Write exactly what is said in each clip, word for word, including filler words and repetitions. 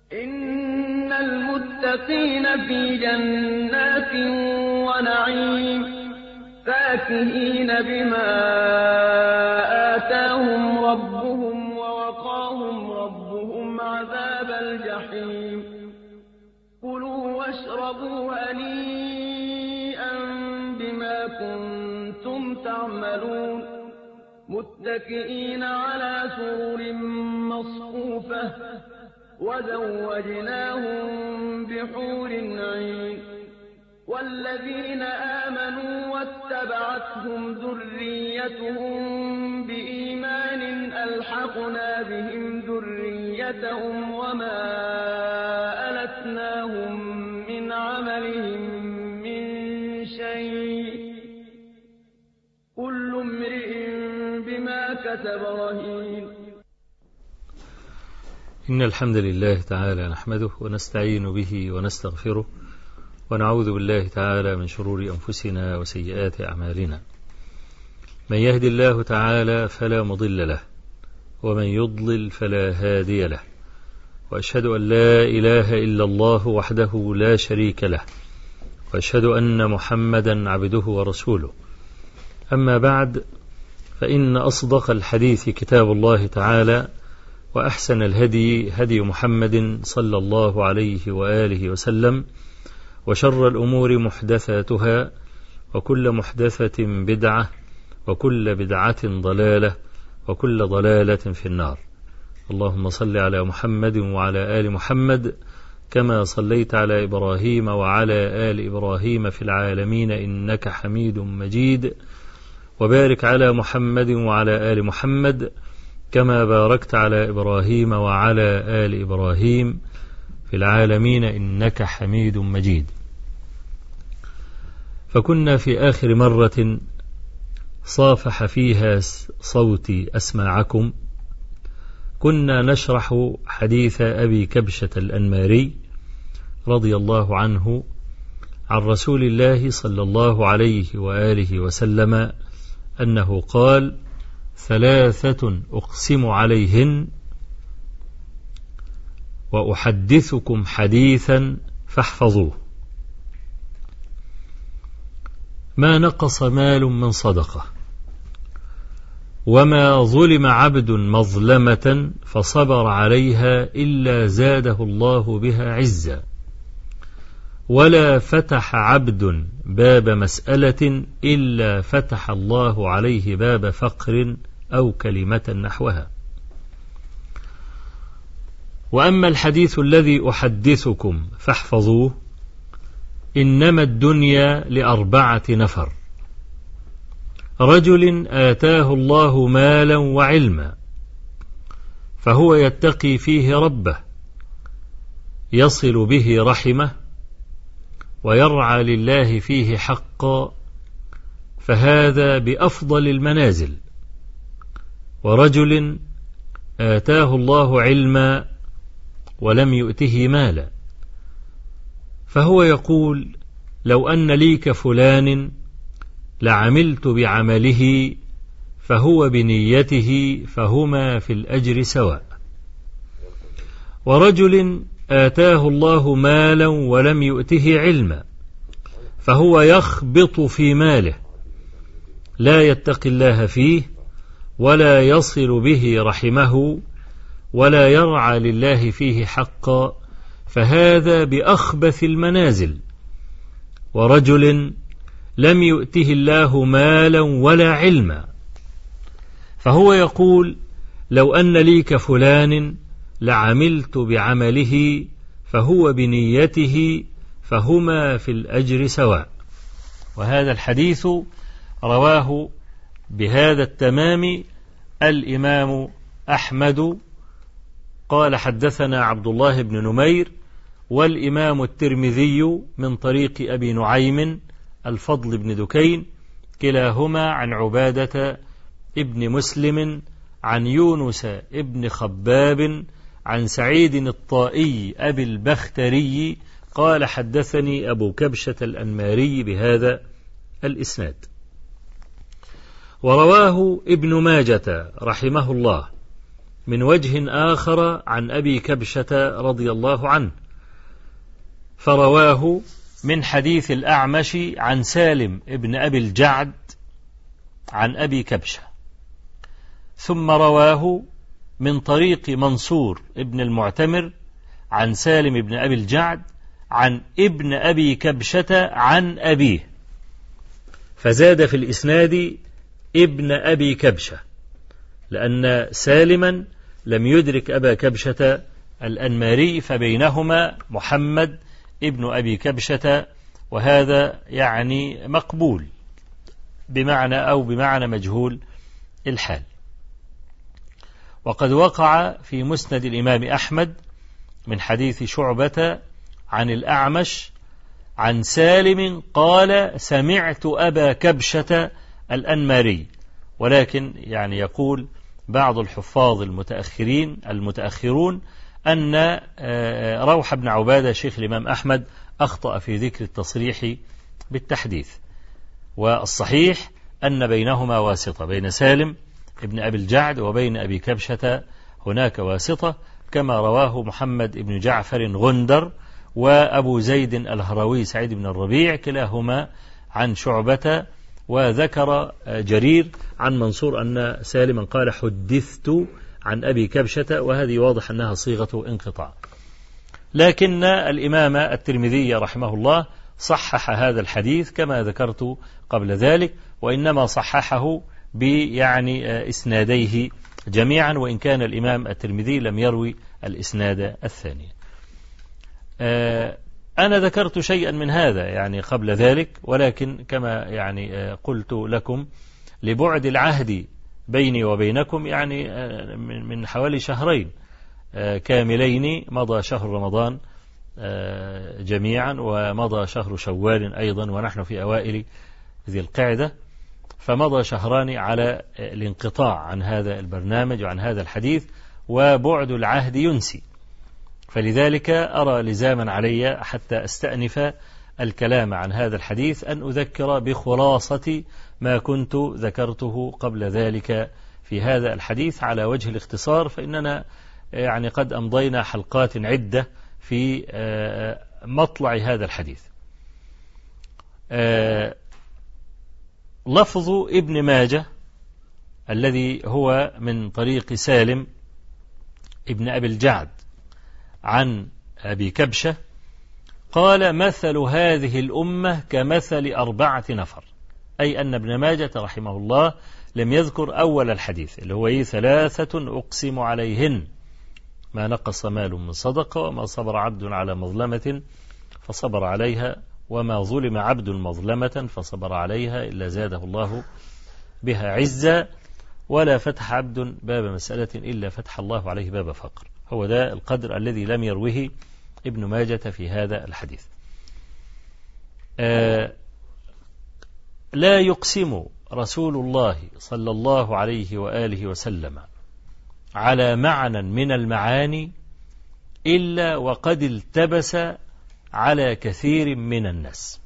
إن المتقين في جنات ونعيم فاكهين بما آتاهم ربهم ووقاهم ربهم عذاب الجحيم كلوا واشربوا هنيئا بما كنتم تعملون متكئين على سرر مصفوفة وزوجناهم بحور عين والذين آمنوا واتبعتهم ذريتهم بإيمان ألحقنا بهم ذريتهم وما ألتناهم من عملهم من شيء كل امرئ بما كسب رهين. إن الحمد لله تعالى نحمده ونستعين به ونستغفره ونعوذ بالله تعالى من شرور أنفسنا وسيئات أعمالنا. من يهد الله تعالى فلا مضل له ومن يضلل فلا هادي له، وأشهد أن لا إله إلا الله وحده لا شريك له، وأشهد أن محمدا عبده ورسوله. أما بعد، فإن أصدق الحديث كتاب الله تعالى، وأحسن الهدي هدي محمد صلى الله عليه وآله وسلم، وشر الأمور محدثاتها، وكل محدثة بدعة، وكل بدعة ضلالة، وكل ضلالة في النار. اللهم صل على محمد وعلى آل محمد كما صليت على إبراهيم وعلى آل إبراهيم في العالمين إنك حميد مجيد، وبارك على محمد وعلى آل محمد كما باركت على إبراهيم وعلى آل إبراهيم في العالمين إنك حميد مجيد. فكنا في آخر مرة صافح فيها صوتي أسماعكم كنا نشرح حديث أبي كبشة الأنماري رضي الله عنه عن رسول الله صلى الله عليه وآله وسلم أنه قال: ثلاثة أقسم عليهن وأحدثكم حديثا فاحفظوه: ما نقص مال من صدقة، وما ظلم عبد مظلمة فصبر عليها إلا زاده الله بها عزا، ولا فتح عبد باب مسألة إلا فتح الله عليه باب فقر أو كلمة نحوها. وأما الحديث الذي أحدثكم فاحفظوه: إنما الدنيا لأربعة نفر: رجل آتاه الله مالا وعلما فهو يتقي فيه ربه يصل به رحمه ويرعى لله فيه حقا، فهذا بأفضل المنازل. ورجل آتاه الله علما ولم يؤته مالا فهو يقول: لو أن لي كفلان لعملت بعمله فهو بنيته فهما في الأجر سواء. ورجل آتاه الله مالا ولم يؤته علما فهو يخبط في ماله لا يتقي الله فيه ولا يصل به رحمه ولا يرعى لله فيه حقا، فهذا بأخبث المنازل. ورجل لم يؤته الله مالا ولا علما فهو يقول: لو أن لي كفلان لعملت بعمله فهو بنيته فهما في الأجر سواء. وهذا الحديث رواه بهذا التمام الإمام أحمد قال: حدثنا عبد الله بن نمير، والإمام الترمذي من طريق أبي نعيم الفضل بن دكين، كلاهما عن عبادة ابن مسلم عن يونس ابن خباب عن سعيد الطائي أبي البختري قال: حدثني أبو كبشة الأنماري بهذا الإسناد. ورواه ابن ماجة رحمه الله من وجه آخر عن أبي كبشة رضي الله عنه، فرواه من حديث الأعمش عن سالم ابن أبي الجعد عن أبي كبشة، ثم رواه من طريق منصور ابن المعتمر عن سالم ابن أبي الجعد عن ابن أبي كبشة عن أبيه، فزاد في الإسناد ابن أبي كبشة، لأن سالما لم يدرك أبا كبشة الأنماري، فبينهما محمد ابن أبي كبشة، وهذا يعني مقبول بمعنى أو بمعنى مجهول الحال. وقد وقع في مسند الإمام أحمد من حديث شعبة عن الأعمش عن سالم قال سمعت أبا كبشة الأنماري، ولكن يعني يقول بعض الحفاظ المتأخرين المتأخرون أن روح بن عبادة شيخ الإمام أحمد أخطأ في ذكر التصريح بالتحديث، والصحيح أن بينهما واسطة، بين سالم ابن أبي الجعد وبين أبي كبشة هناك واسطة، كما رواه محمد بن جعفر غندر وأبو زيد الهروي سعيد بن الربيع كلاهما عن شعبة، وذكر جرير عن منصور أن سالما قال حدثت عن أبي كبشة، وهذه واضح أنها صيغة انقطاع. لكن الإمام الترمذي رحمه الله صحح هذا الحديث كما ذكرت قبل ذلك، وإنما صححه بيعني إسناديه جميعا، وإن كان الإمام الترمذي لم يروي الإسناد الثاني. أنا ذكرت شيئا من هذا يعني قبل ذلك، ولكن كما يعني قلت لكم لبعد العهد بيني وبينكم يعني من حوالي شهرين كاملين، مضى شهر رمضان جميعا ومضى شهر شوال أيضا ونحن في أوائل ذي القعدة، فمضى شهران على الانقطاع عن هذا البرنامج وعن هذا الحديث، وبعد العهد ينسي، فلذلك أرى لزاما علي حتى أستأنف الكلام عن هذا الحديث أن أذكر بخلاصة ما كنت ذكرته قبل ذلك في هذا الحديث على وجه الاختصار، فإننا يعني قد أمضينا حلقات عدة في مطلع هذا الحديث. لفظ ابن ماجه الذي هو من طريق سالم ابن أبي الجعد عن أبي كبشة قال مثل هذه الأمة كمثل أربعة نفر، أي أن ابن ماجة رحمه الله لم يذكر أول الحديث اللي هو ثلاثة أقسم عليهن ما نقص مال من صدقة، وما صبر عبد على مظلمة فصبر عليها، وما ظلم عبد مظلمة فصبر عليها إلا زاده الله بها عزا، ولا فتح عبد باب مسألة إلا فتح الله عليه باب فقر. هو ده القدر الذي لم يروه ابن ماجة في هذا الحديث. آه لا يقسم رسول الله صلى الله عليه وآله وسلم على معنى من المعاني إلا وقد التبس على كثير من الناس.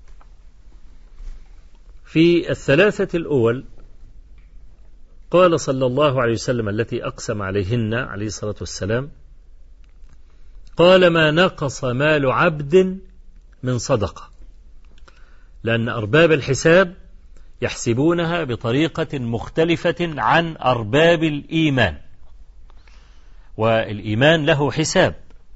في الثلاثة الأول قال صلى الله عليه وسلم التي أقسم عليهن عليه الصلاة والسلام، قال ما نقص مال عبد من صدقة، لأن أرباب الحساب يحسبونها بطريقة مختلفة عن أرباب الإيمان، والإيمان له حساب،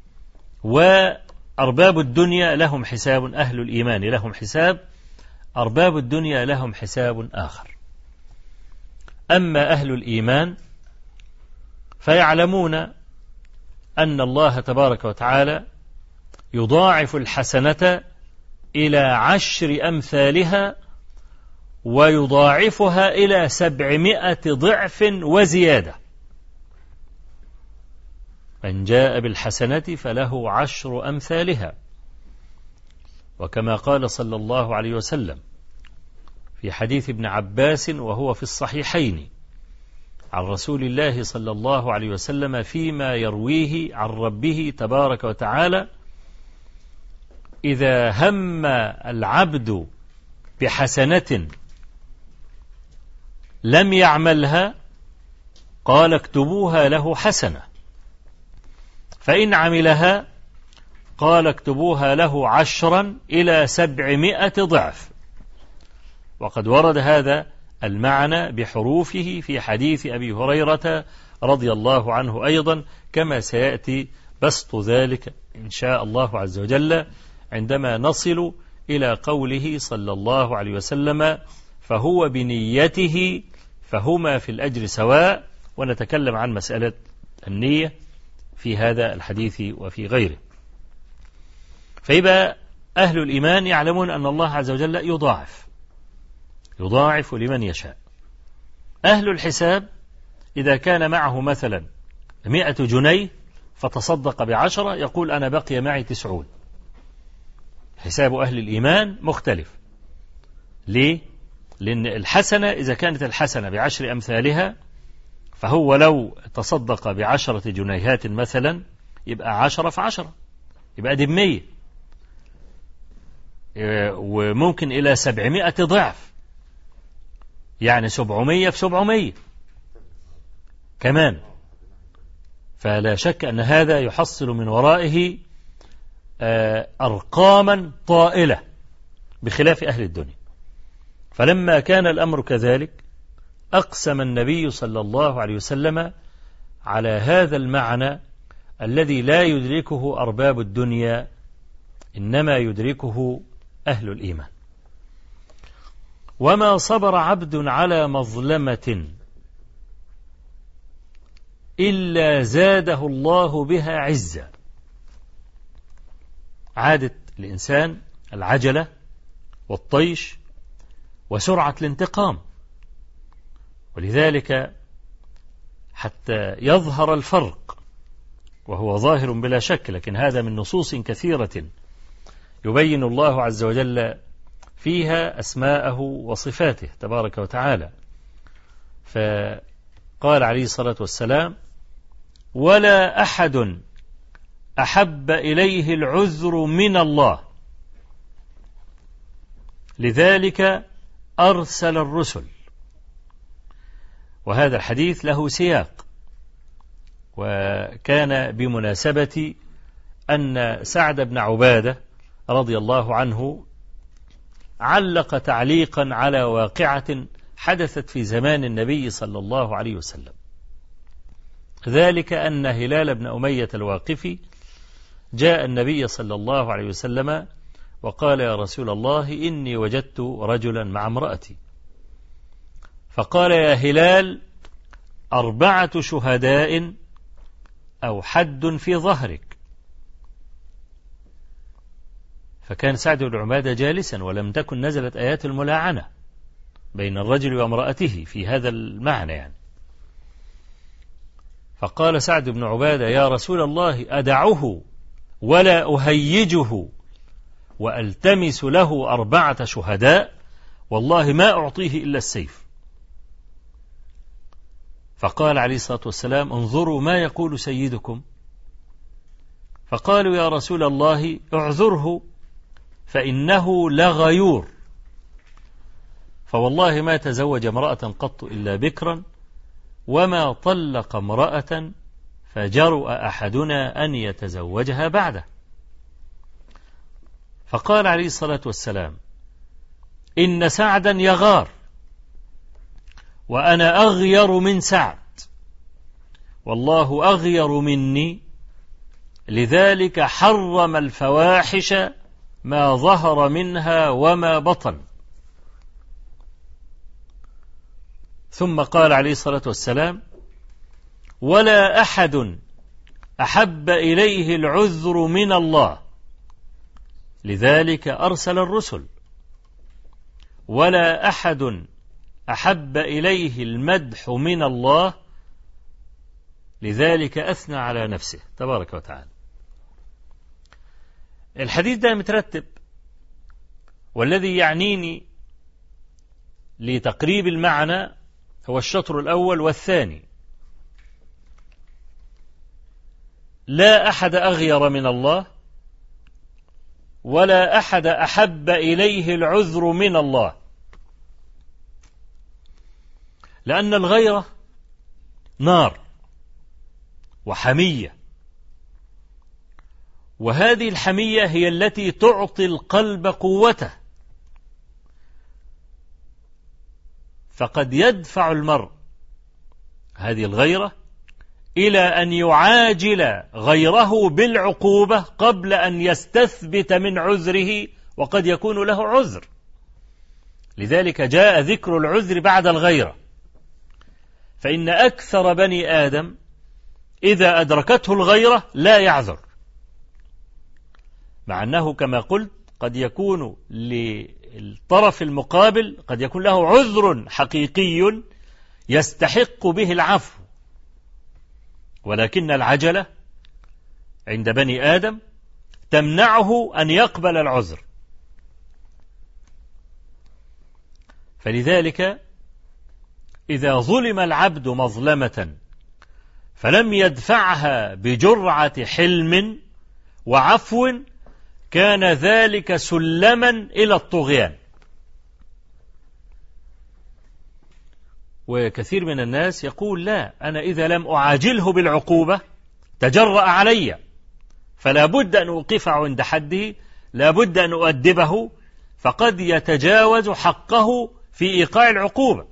وأرباب الدنيا لهم حساب، أهل الإيمان لهم حساب، أرباب الدنيا لهم حساب آخر. أما أهل الإيمان فيعلمون أن الله تبارك وتعالى يضاعف الحسنة إلى عشر أمثالها، ويضاعفها إلى سبعمائة ضعف وزيادة. من جاء بالحسنة فله عشر أمثالها، وكما قال صلى الله عليه وسلم في حديث ابن عباس وهو في الصحيحين عن رسول الله صلى الله عليه وسلم فيما يرويه عن ربه تبارك وتعالى: إذا هم العبد بحسنة لم يعملها قال اكتبوها له حسنة، فإن عملها قال اكتبوها له عشرا إلى سبعمائة ضعف. وقد ورد هذا المعنى بحروفه في حديث أبي هريرة رضي الله عنه أيضا، كما سيأتي بسط ذلك إن شاء الله عز وجل عندما نصل إلى قوله صلى الله عليه وسلم فهو بنيته فهما في الأجر سواء، ونتكلم عن مسألة النية في هذا الحديث وفي غيره. فيبقى أهل الإيمان يعلمون أن الله عز وجل يضاعف يضاعف لمن يشاء. أهل الحساب إذا كان معه مثلا مئة جنيه فتصدق بعشرة يقول أنا بقي معي تسعون. حساب أهل الإيمان مختلف. ليه؟ لأن الحسنة إذا كانت الحسنة بعشر أمثالها فهو لو تصدق بعشرة جنيهات مثلا يبقى عشرة في عشرة، يبقى دي بمية، وممكن إلى سبعمائة ضعف، يعني سبعمية في سبعمية كمان. فلا شك أن هذا يحصل من ورائه أرقاما طائلة بخلاف أهل الدنيا. فلما كان الأمر كذلك أقسم النبي صلى الله عليه وسلم على هذا المعنى الذي لا يدركه أرباب الدنيا، إنما يدركه أهل الإيمان. وما صبر عبد على مظلمة إلا زاده الله بها عزا. عادة الإنسان العجلة والطيش وسرعة الانتقام، ولذلك حتى يظهر الفرق، وهو ظاهر بلا شك، لكن هذا من نصوص كثيرة يبين الله عز وجل فيها أسماءه وصفاته تبارك وتعالى. فقال عليه الصلاة والسلام ولا أحد أحب إليه العذر من الله، لذلك أرسل الرسل. وهذا الحديث له سياق، وكان بمناسبة أن سعد بن عبادة رضي الله عنه علق تعليقا على واقعة حدثت في زمان النبي صلى الله عليه وسلم، ذلك أن هلال بن أمية الواقفي جاء النبي صلى الله عليه وسلم وقال يا رسول الله إني وجدت رجلا مع امرأتي، فقال يا هلال أربعة شهداء أو حد في ظهرك. فكان سعد بن عبادة جالسا ولم تكن نزلت آيات الملاعنة بين الرجل وامرأته في هذا المعنى يعني. فقال سعد بن عبادة يا رسول الله أدعه ولا أهيجه وألتمس له أربعة شهداء، والله ما أعطيه إلا السيف. فقال عليه الصلاة والسلام انظروا ما يقول سيدكم. فقالوا يا رسول الله اعذره فإنه لغيور، فوالله ما تزوج امرأة قط إلا بكرا، وما طلق امرأة فجرؤ أحدنا أن يتزوجها بعده. فقال عليه الصلاة والسلام إن سعدا يغار وأنا أغير من سعد، والله أغير مني، لذلك حرم الفواحش ما ظهر منها وما بطن. ثم قال عليه الصلاة والسلام ولا أحد أحب إليه العذر من الله، لذلك أرسل الرسل. ولا أحد أحب إليه المدح من الله، لذلك أثنى على نفسه تبارك وتعالى. الحديث ده مترتب، والذي يعنيني لتقريب المعنى هو الشطر الأول والثاني. لا أحد أغير من الله، ولا أحد أحب إليه العذر من الله، لأن الغيرة نار وحمية، وهذه الحمية هي التي تعطي القلب قوته، فقد يدفع المرء هذه الغيرة إلى أن يعاجل غيره بالعقوبة قبل أن يستثبت من عذره، وقد يكون له عذر. لذلك جاء ذكر العذر بعد الغيرة، فإن أكثر بني آدم إذا أدركته الغيرة لا يعذر، مع أنه كما قلت قد يكون للطرف المقابل قد يكون له عذر حقيقي يستحق به العفو، ولكن العجلة عند بني آدم تمنعه أن يقبل العذر. فلذلك إذا ظلم العبد مظلمة فلم يدفعها بجرعة حلم وعفو كان ذلك سلما إلى الطغيان. وكثير من الناس يقول لا، أنا إذا لم أعاجله بالعقوبة تجرأ علي، فلا بد أن أوقفه عند حده، لا بد أن أؤدبه، فقد يتجاوز حقه في إيقاع العقوبة.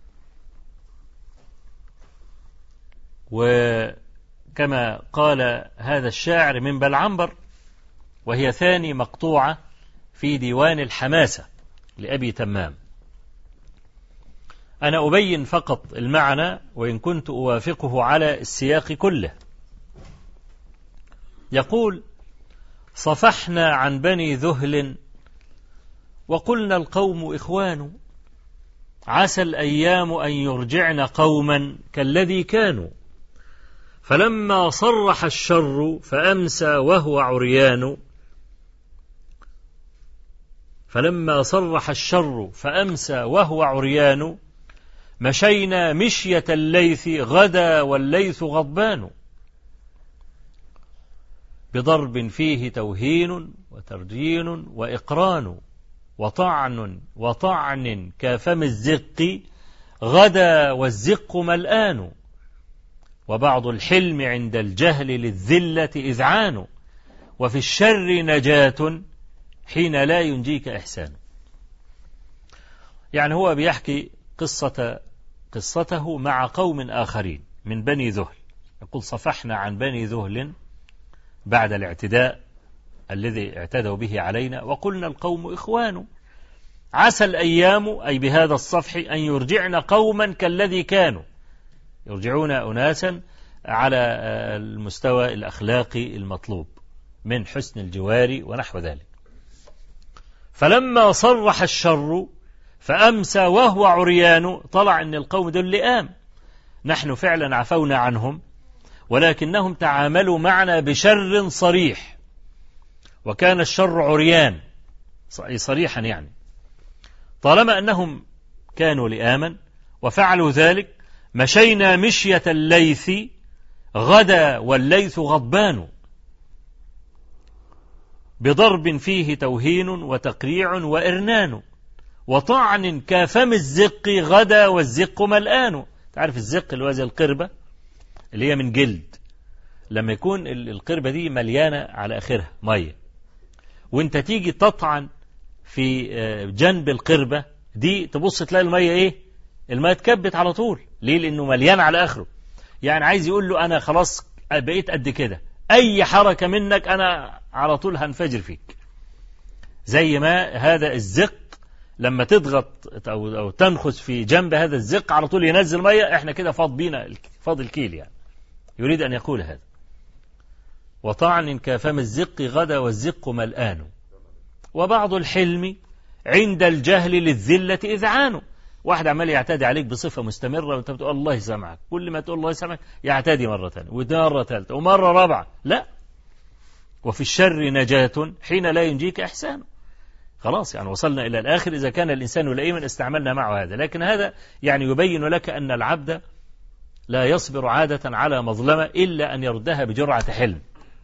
وكما قال هذا الشاعر من بلعنبر، وهي ثاني مقطوعة في ديوان الحماسة لأبي تمام، أنا أبين فقط المعنى وإن كنت أوافقه على السياق كله. يقول: صفحنا عن بني ذهل وقلنا القوم إخوان، عسى الأيام أن يرجعن قوما كالذي كانوا، فلما صرح الشر فأمسى وهو عريان، فلما صرح الشر فأمسى وهو عريان، مشينا مشية الليث غدا والليث غضبان، بضرب فيه توهين وترجين وإقران، وطعن وطعن كفم الزق غدا والزق ملآن، وبعض الحلم عند الجهل للذلة إذعان، وفي الشر نجاة حين لا ينجيك إحسان. يعني هو بيحكي قصة قصته مع قوم آخرين من بني ذهل. يقول: صفحنا عن بني ذهل بعد الاعتداء الذي اعتدوا به علينا، وقلنا القوم إخوان، عسى الأيام أي بهذا الصفح أن يرجعن قوما كالذي كانوا، يرجعون أناسا على المستوى الأخلاقي المطلوب من حسن الجوار ونحو ذلك. فلما صرح الشر فأمسى وهو عريان، طلع أن القوم دول لئام، نحن فعلا عفونا عنهم ولكنهم تعاملوا معنا بشر صريح، وكان الشر عريان صريحا، يعني طالما أنهم كانوا لئاما وفعلوا ذلك مشينا مشية الليث غدا والليث غضبان، بضرب فيه توهين وتقريع وإرنان، وطعن كفم الزق غدا والزق ملآن. تعرف الزق اللي هو زي القربة اللي هي من جلد، لما يكون القربة دي مليانة على آخرها مية وانت تيجي تطعن في جنب القربة دي تبص تلاقي المية ايه؟ المية تكبت على طول. ليه؟ لأنه مليان على آخره. يعني عايز يقول له أنا خلاص بقيت قد كده، أي حركة منك أنا على طول هنفجر فيك. زي ما هذا الزق لما تضغط أو, أو تنخس في جنب هذا الزق على طول ينزل مية، احنا كده فاض بينا فاض الكيل. يعني يريد أن يقول هذا. وطعن كفم الزق غدا والزق ملآن، وبعض الحلم عند الجهل للذلة إذعان. واحد عمال يعتدي عليك بصفة مستمرة وانت بتقول الله يسامحك، كل ما تقول الله يسامحك يعتدي مرة ثانية ومرة ثالثة ومرة رابعة. لا، وفي الشر نجاة حين لا ينجيك إحسان. خلاص يعني وصلنا إلى الآخر. إذا كان الإنسان لئيما استعملنا معه هذا، لكن هذا يعني يبين لك أن العبد لا يصبر عادة على مظلمة إلا أن يردها بجرعة حلم.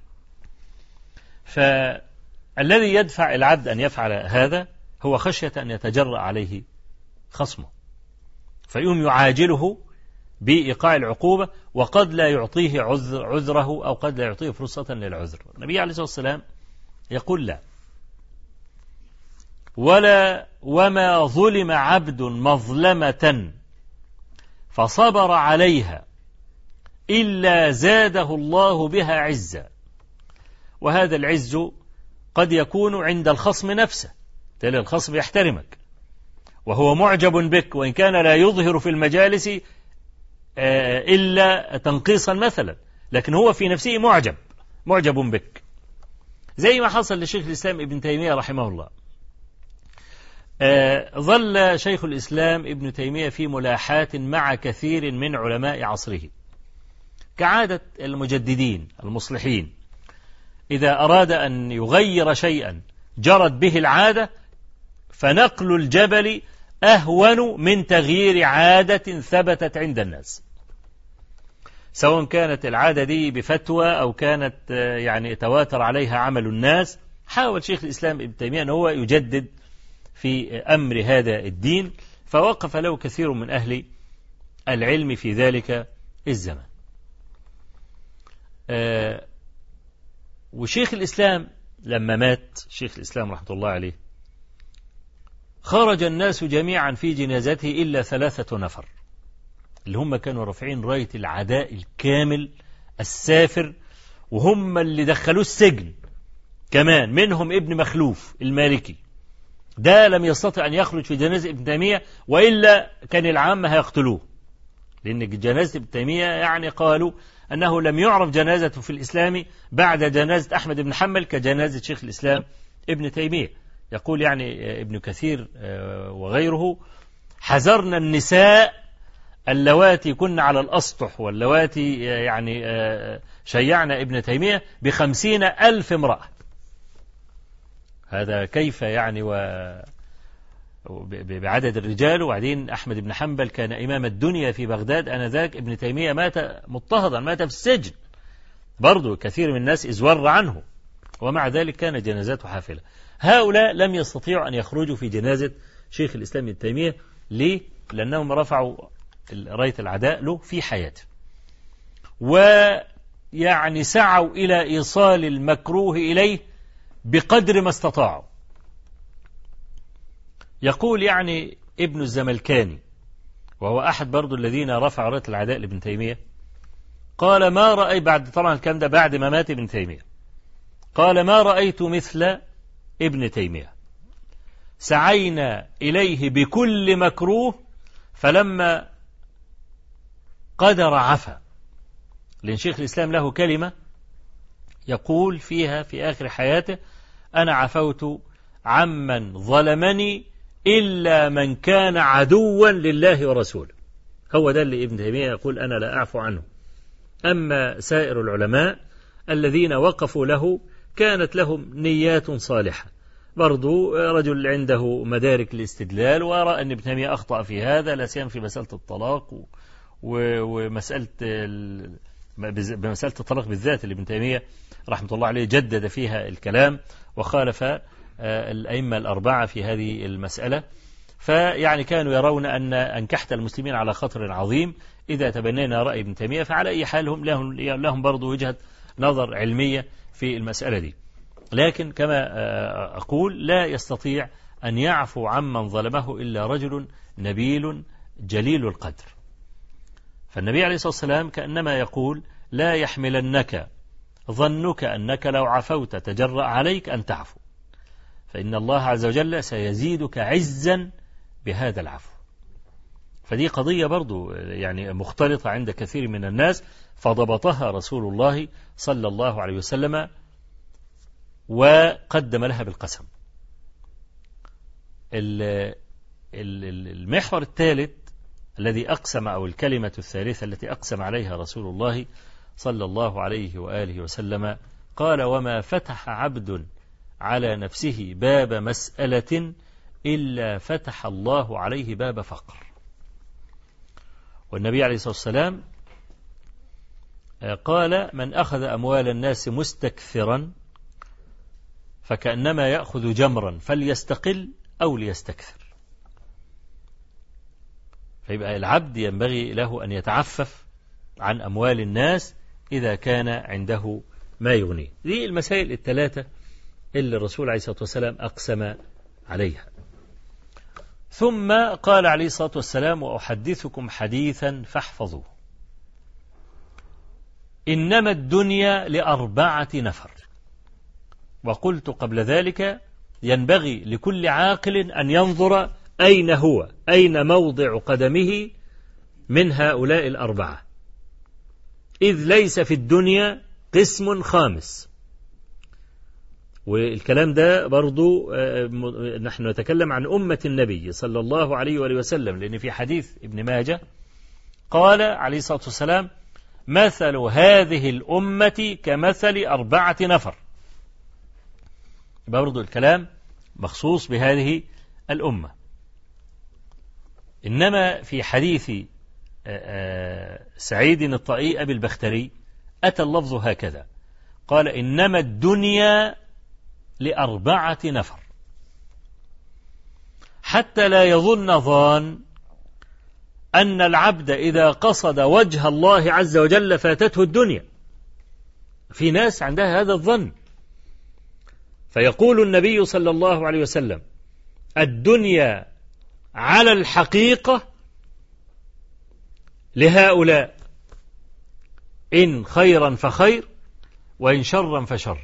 فالذي يدفع العبد أن يفعل هذا هو خشية أن يتجرأ عليه خصمه، فيقوم يعاجله بإيقاع العقوبة، وقد لا يعطيه عذر عذره أو قد لا يعطيه فرصة للعذر. النبي عليه الصلاة والسلام يقول لا، ولا وما ظلم عبد مظلمة فصبر عليها إلا زاده الله بها عزا. وهذا العز قد يكون عند الخصم نفسه، تلك الخصم يحترمك وهو معجب بك، وإن كان لا يظهر في المجالس إلا تنقيصا مثلا، لكن هو في نفسه معجب معجب بك، زي ما حصل لشيخ الإسلام ابن تيمية رحمه الله. ظل شيخ الإسلام ابن تيمية في ملاحات مع كثير من علماء عصره، كعادة المجددين المصلحين، إذا أراد أن يغير شيئا جرت به العادة فنقل الجبل أهون من تغيير عادة ثبتت عند الناس، سواء كانت العادة دي بفتوى أو كانت يعني تواتر عليها عمل الناس. حاول شيخ الإسلام ابن تيمية أن هو يجدد في أمر هذا الدين، فوقف له كثير من أهل العلم في ذلك الزمن. آه وشيخ الإسلام لما مات شيخ الإسلام رحمة الله عليه، خرج الناس جميعا في جنازته إلا ثلاثة نفر، اللي هم كانوا رافعين راية العداء الكامل السافر، وهم اللي دخلوه السجن كمان، منهم ابن مخلوف المالكي، ده لم يستطع أن يخرج في جنازة ابن تيمية، وإلا كان العامة هيقتلوه، لأن جنازة ابن تيمية يعني قالوا أنه لم يعرف جنازته في الإسلام بعد جنازة أحمد بن حنبل كجنازة شيخ الإسلام ابن تيمية. يقول يعني ابن كثير وغيره: حذرنا النساء اللواتي كن على الأسطح واللواتي يعني شيعنا ابن تيمية بخمسين ألف امرأة. هذا كيف يعني و بعدد الرجال. وبعدين أحمد بن حنبل كان إمام الدنيا في بغداد آنذاك، ابن تيمية مات مضطهدا، مات في السجن، برضو كثير من الناس ازور عنه، ومع ذلك كان جنازته حافلة. هؤلاء لم يستطيعوا أن يخرجوا في جنازة شيخ الإسلام ابن تيمية. ليه؟ لأنهم رفعوا راية العداء له في حياته، ويعني سعوا إلى إيصال المكروه إليه بقدر ما استطاعوا. يقول يعني ابن الزملكاني، وهو أحد برضو الذين رفع راية العداء لابن تيمية، قال: ما رأي بعد طبعا الكلام ده بعد ما مات ابن تيمية، قال: ما رأيت مثل ابن تيمية، سعينا إليه بكل مكروه فلما قدر عفا. لأن شيخ الإسلام له كلمة يقول فيها في آخر حياته: أنا عفوت عمن ظلمني إلا من كان عدوا لله ورسوله. هو ده اللي ابن تيمية يقول: أنا لا أعفو عنه. أما سائر العلماء الذين وقفوا له كانت لهم نيات صالحة، برضو رجل عنده مدارك الاستدلال وأرى أن ابن تيمية أخطأ في هذا، لا سيما في مسألة الطلاق ومسألة بمسألة الطلاق بالذات اللي ابن تيمية رحمة الله عليه جدد فيها الكلام وخالف الأئمة الأربعة في هذه المسألة. فيعني كانوا يرون أن أنكحت المسلمين على خطر عظيم إذا تبنينا رأي ابن تيمية، فعلى أي حال هم لهم, لهم برضو وجهة نظر علمية في المسألة دي. لكن كما أقول لا يستطيع أن يعفو عمن ظلمه إلا رجل نبيل جليل القدر. فالنبي عليه الصلاة والسلام كأنما يقول: لا يحملنك ظنك أنك لو عفوت تجرأ عليك أن تعفو، فإن الله عز وجل سيزيدك عزا بهذا العفو. فدي قضية برضو يعني مختلطة عند كثير من الناس، فضبطها رسول الله صلى الله عليه وسلم وقدم لها بالقسم. المحور الثالث الذي أقسم، أو الكلمة الثالثة التي أقسم عليها رسول الله صلى الله عليه وآله وسلم، قال: وما فتح عبد على نفسه باب مسألة إلا فتح الله عليه باب فقر. والنبي عليه الصلاة والسلام قال: من أخذ أموال الناس مستكثرا فكأنما يأخذ جمرا فليستقل أو ليستكثر. فيبقى العبد ينبغي له أن يتعفف عن أموال الناس إذا كان عنده ما يغنيه. دي المسائل الثلاثة اللي الرسول عليه الصلاة والسلام أقسم عليها. ثم قال عليه الصلاة والسلام: وأحدثكم حديثا فاحفظوه، إنما الدنيا لأربعة نفر. وقلت قبل ذلك ينبغي لكل عاقل أن ينظر أين هو، أين موضع قدمه من هؤلاء الأربعة، إذ ليس في الدنيا قسم خامس. والكلام ده برضو نحن نتكلم عن أمة النبي صلى الله عليه وآله وسلم، لأن في حديث ابن ماجه قال عليه الصلاة والسلام: مثل هذه الأمة كمثل أربعة نفر. برضو الكلام مخصوص بهذه الأمة. إنما في حديث سعيد الطائي أبي البختري أتى اللفظ هكذا، قال: إنما الدنيا لأربعة نفر، حتى لا يظن ظان أن العبد إذا قصد وجه الله عز وجل فاتته الدنيا. في ناس عندها هذا الظن، فيقول النبي صلى الله عليه وسلم: الدنيا على الحقيقة لهؤلاء، إن خيرا فخير وإن شرا فشر.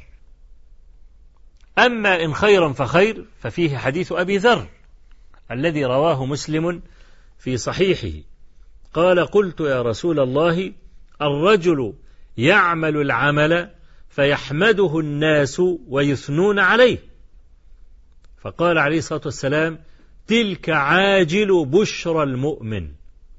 أما إن خيرا فخير ففيه حديث أبي ذر الذي رواه مسلم في صحيحه، قال: قلت يا رسول الله، الرجل يعمل العمل فيحمده الناس ويثنون عليه، فقال عليه الصلاة والسلام: تلك عاجل بشرى المؤمن.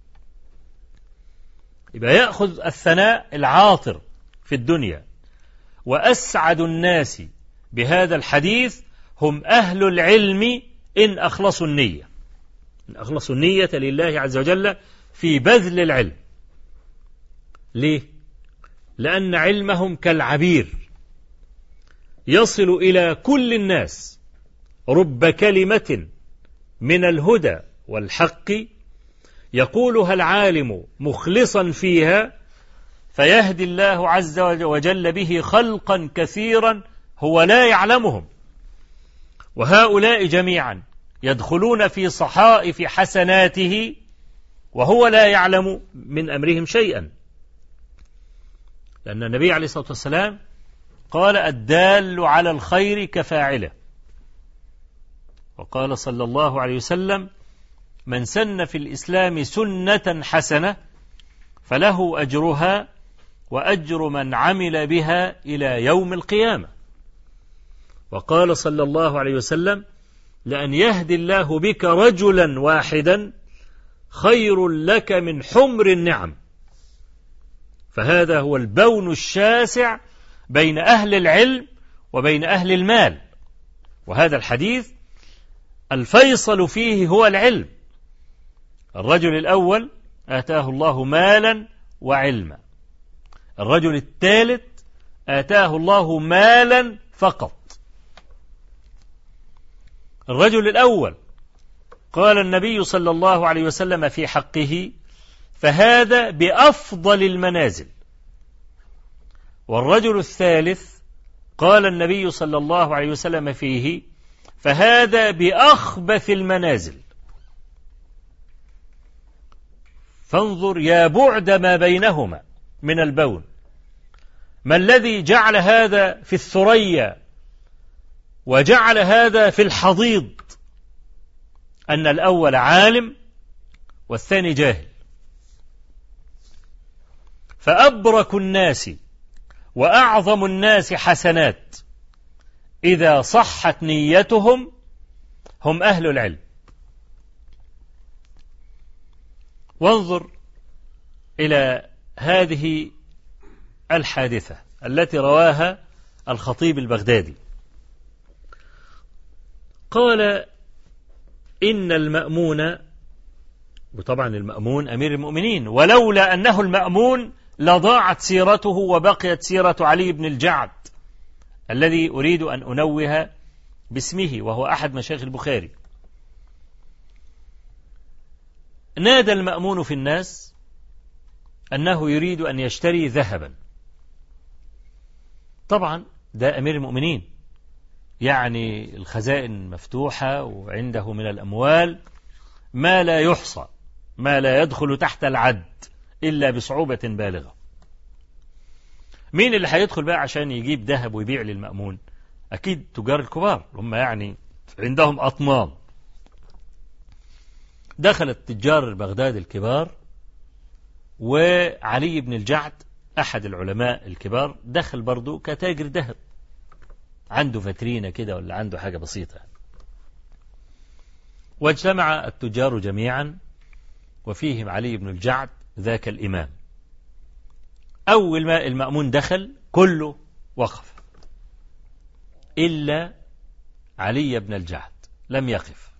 يبقى يأخذ الثناء العاطر في الدنيا. وأسعد الناس بهذا الحديث هم أهل العلم إن أخلصوا النية، إن أخلصوا النية لله عز وجل في بذل العلم. ليه؟ لأن علمهم كالعبير يصل إلى كل الناس. رب كلمة من الهدى والحق يقولها العالم مخلصا فيها، فيهدي الله عز وجل به خلقا كثيرا هو لا يعلمهم، وهؤلاء جميعا يدخلون في صحائف حسناته وهو لا يعلم من أمرهم شيئا. لأن النبي عليه الصلاة والسلام قال: الدال على الخير كفاعله. وقال صلى الله عليه وسلم: من سن في الإسلام سنة حسنة فله أجرها وأجر من عمل بها إلى يوم القيامة. وقال صلى الله عليه وسلم: لأن يهدي الله بك رجلا واحدا خير لك من حمر النعم. فهذا هو البون الشاسع بين أهل العلم وبين أهل المال. وهذا الحديث الفيصل فيه هو العلم. الرجل الأول آتاه الله مالا وعلما، الرجل الثالث آتاه الله مالا فقط. الرجل الأول قال النبي صلى الله عليه وسلم في حقه: فهذا بأفضل المنازل. والرجل الثالث قال النبي صلى الله عليه وسلم فيه: فهذا بأخبث المنازل. فانظر يا بعد ما بينهما من البون. ما الذي جعل هذا في الثريا وجعل هذا في الحضيض؟ أن الأول عالم والثاني جاهل. فأبرك الناس وأعظم الناس حسنات إذا صحت نيتهم هم أهل العلم. وانظر إلى هذه الحادثة التي رواها الخطيب البغدادي، قال: إن المأمون، وطبعا المأمون أمير المؤمنين، ولولا أنه المأمون لضاعت سيرته وبقيت سيرة علي بن الجعد الذي أريد أن أنوه باسمه، وهو أحد مشايخ البخاري. نادى المأمون في الناس أنه يريد أن يشتري ذهبا. طبعا ده أمير المؤمنين، يعني الخزائن مفتوحة وعنده من الأموال ما لا يحصى، ما لا يدخل تحت العد إلا بصعوبة بالغة. مين اللي هيدخل بقى عشان يجيب ذهب ويبيع للمأمون؟ أكيد تجار الكبار، هم يعني عندهم أطنان. دخل التجار بغداد الكبار، وعلي بن الجعد أحد العلماء الكبار دخل برضو كتاجر ذهب، عنده فترينة كده ولا عنده حاجة بسيطة. واجتمع التجار جميعا وفيهم علي بن الجعد ذاك الإمام. أول ما المأمون دخل كله وقف إلا علي بن الجعد لم يقف.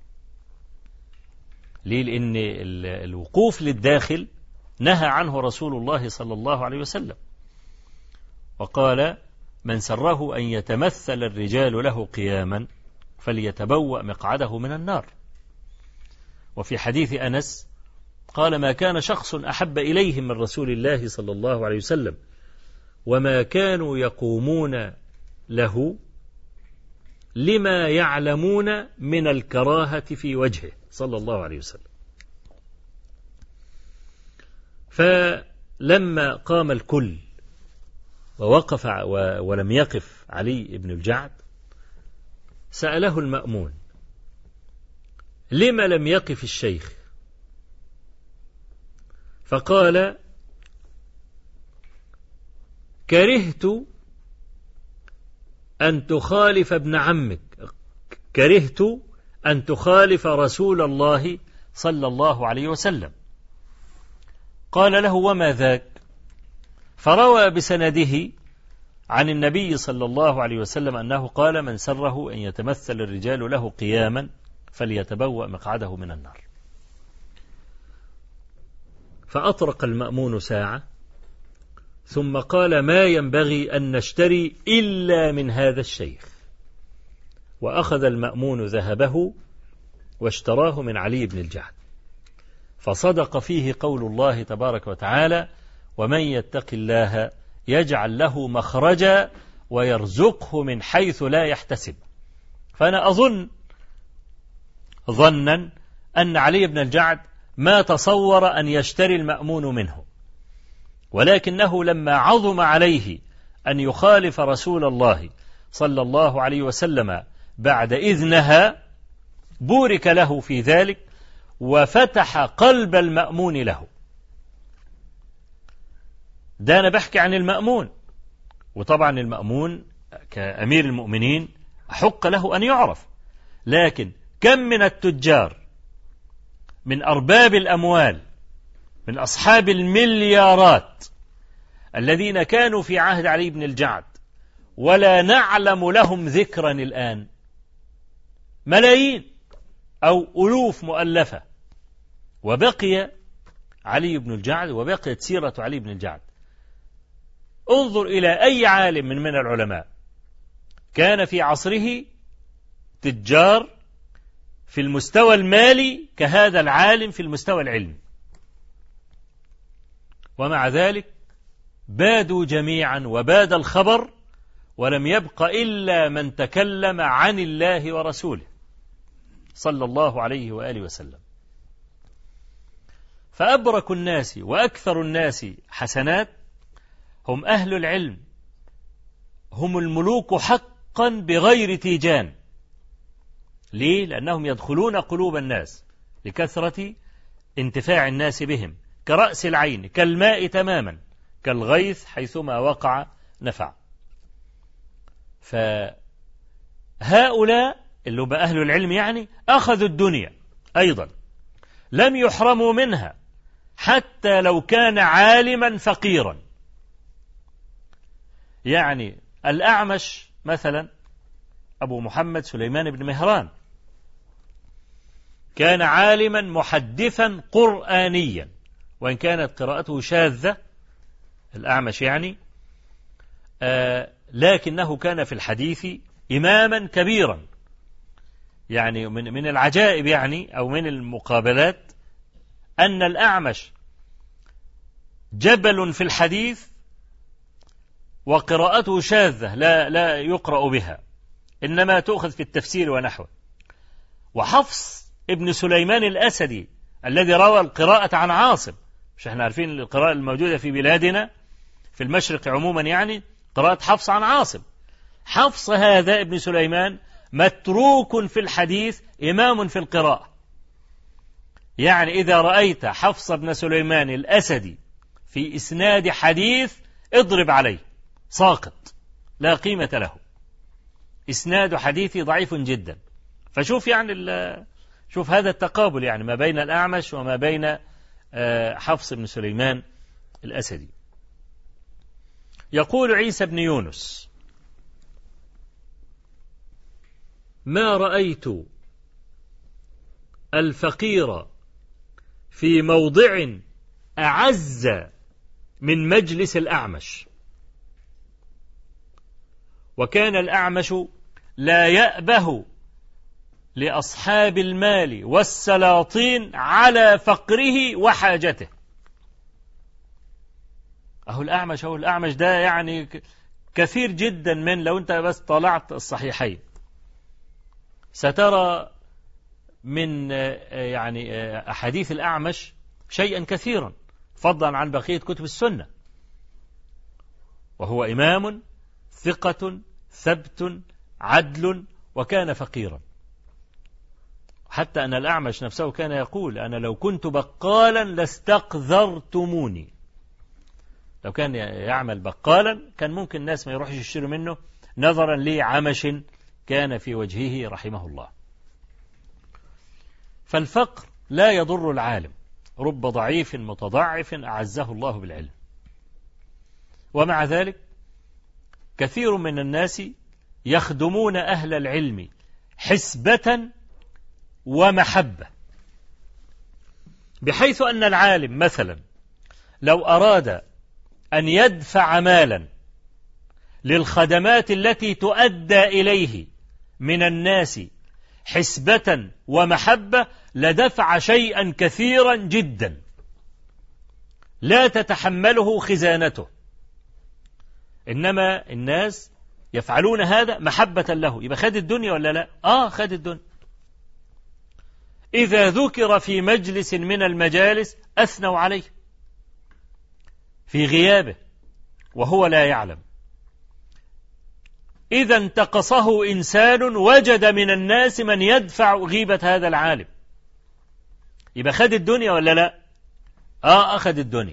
ليه؟ لأن الوقوف للداخل نهى عنه رسول الله صلى الله عليه وسلم، وقال: من سره أن يتمثل الرجال له قياما فليتبوأ مقعده من النار. وفي حديث أنس قال: ما كان شخص أحب إليهم من رسول الله صلى الله عليه وسلم وما كانوا يقومون له لما يعلمون من الكراهة في وجهه صلى الله عليه وسلم. فلما قام الكل ووقف ولم يقف علي بن الجعد سأله المأمون: لما لم يقف الشيخ؟ فقال: كرهت أن تخالف ابن عمك، كرهت أن تخالف رسول الله صلى الله عليه وسلم. قال له: وما ذاك؟ فروى بسنده عن النبي صلى الله عليه وسلم أنه قال: من سره أن يتمثل الرجال له قياما فليتبوأ مقعده من النار. فأطرق المأمون ساعة ثم قال: ما ينبغي أن نشتري إلا من هذا الشيخ. وأخذ المأمون ذهبه واشتراه من علي بن الجعد. فصدق فيه قول الله تبارك وتعالى: ومن يتق الله يجعل له مخرجا ويرزقه من حيث لا يحتسب. فأنا أظن ظنا أن علي بن الجعد ما تصور أن يشتري المأمون منه، ولكنه لما عظم عليه أن يخالف رسول الله صلى الله عليه وسلم بعد إذ نهى بورك له في ذلك وفتح قلب المأمون له. ده أنا بحكي عن المأمون، وطبعا المأمون كأمير المؤمنين حق له أن يعرف، لكن كم من التجار من أرباب الأموال من أصحاب المليارات الذين كانوا في عهد علي بن الجعد ولا نعلم لهم ذكرا الآن، ملايين أو ألوف مؤلفة، وبقي علي بن الجعد وبقيت سيرة علي بن الجعد. انظر إلى أي عالم من من العلماء كان في عصره تجار في المستوى المالي كهذا العالم في المستوى العلمي، ومع ذلك بادوا جميعا وباد الخبر ولم يبق إلا من تكلم عن الله ورسوله صلى الله عليه وآله وسلم. فأبرك الناس وأكثر الناس حسنات هم أهل العلم، هم الملوك حقا بغير تيجان. ليه؟ لأنهم يدخلون قلوب الناس لكثرة انتفاع الناس بهم، كرأس العين، كالماء تماما، كالغيث حيثما وقع نفع. فهؤلاء اللي هم أهل العلم يعني أخذوا الدنيا أيضا، لم يحرموا منها حتى لو كان عالما فقيرا. يعني الأعمش مثلا أبو محمد سليمان بن مهران كان عالما محدثا قرآنيا، وإن كانت قراءته شاذة الأعمش يعني، آه لكنه كان في الحديث إماما كبيرا. يعني من من العجائب يعني أو من المقابلات أن الأعمش جبل في الحديث وقراءته شاذة لا, لا يقرأ بها، إنما تؤخذ في التفسير ونحوه. وحفص ابن سليمان الأسدي الذي روى القراءة عن عاصم، مش احنا عارفين القراءة الموجودة في بلادنا في المشرق عموما، يعني قراءة حفص عن عاصم. حفص هذا ابن سليمان متروك في الحديث، إمام في القراءة. يعني إذا رأيت حفص بن سليمان الأسدي في إسناد حديث اضرب عليه، ساقط لا قيمة له، إسناد حديثي ضعيف جدا. فشوف يعني شوف هذا التقابل يعني ما بين الأعمش وما بين حفص بن سليمان الأسدي. يقول عيسى بن يونس: ما رأيت الفقير في موضع أعز من مجلس الأعمش. وكان الأعمش لا يأبه لأصحاب المال والسلاطين على فقره وحاجته. أهو الأعمش أهو الأعمش ده يعني كثير جدا، من لو أنت بس طلعت الصحيحين سترى من يعني أحاديث الأعمش شيئا كثيرا فضلا عن بقية كتب السنة. وهو إمام ثقة ثبت عدل وكان فقيرا، حتى أن الأعمش نفسه كان يقول: أنا لو كنت بقالا لاستقذرتموني. لو كان يعمل بقالا كان ممكن الناس ما يروحش يشتروا منه نظرا لعمش كان في وجهه رحمه الله. فالفقر لا يضر العالم، رب ضعيف متضعف أعزه الله بالعلم. ومع ذلك كثير من الناس يخدمون أهل العلم حسبة ومحبة، بحيث أن العالم مثلا لو أراد أن يدفع مالا للخدمات التي تؤدى إليه من الناس حسبة ومحبة لدفع شيئا كثيرا جدا لا تتحمله خزانته، إنما الناس يفعلون هذا محبة له. يبقى خد الدنيا ولا لا؟ آه خد الدنيا. إذا ذكر في مجلس من المجالس أثنوا عليه في غيابه وهو لا يعلم. إذا انتقصه إنسان وجد من الناس من يدفع غيبة هذا العالم، يبقى خد الدنيا ولا لا؟ آه أخذ الدنيا.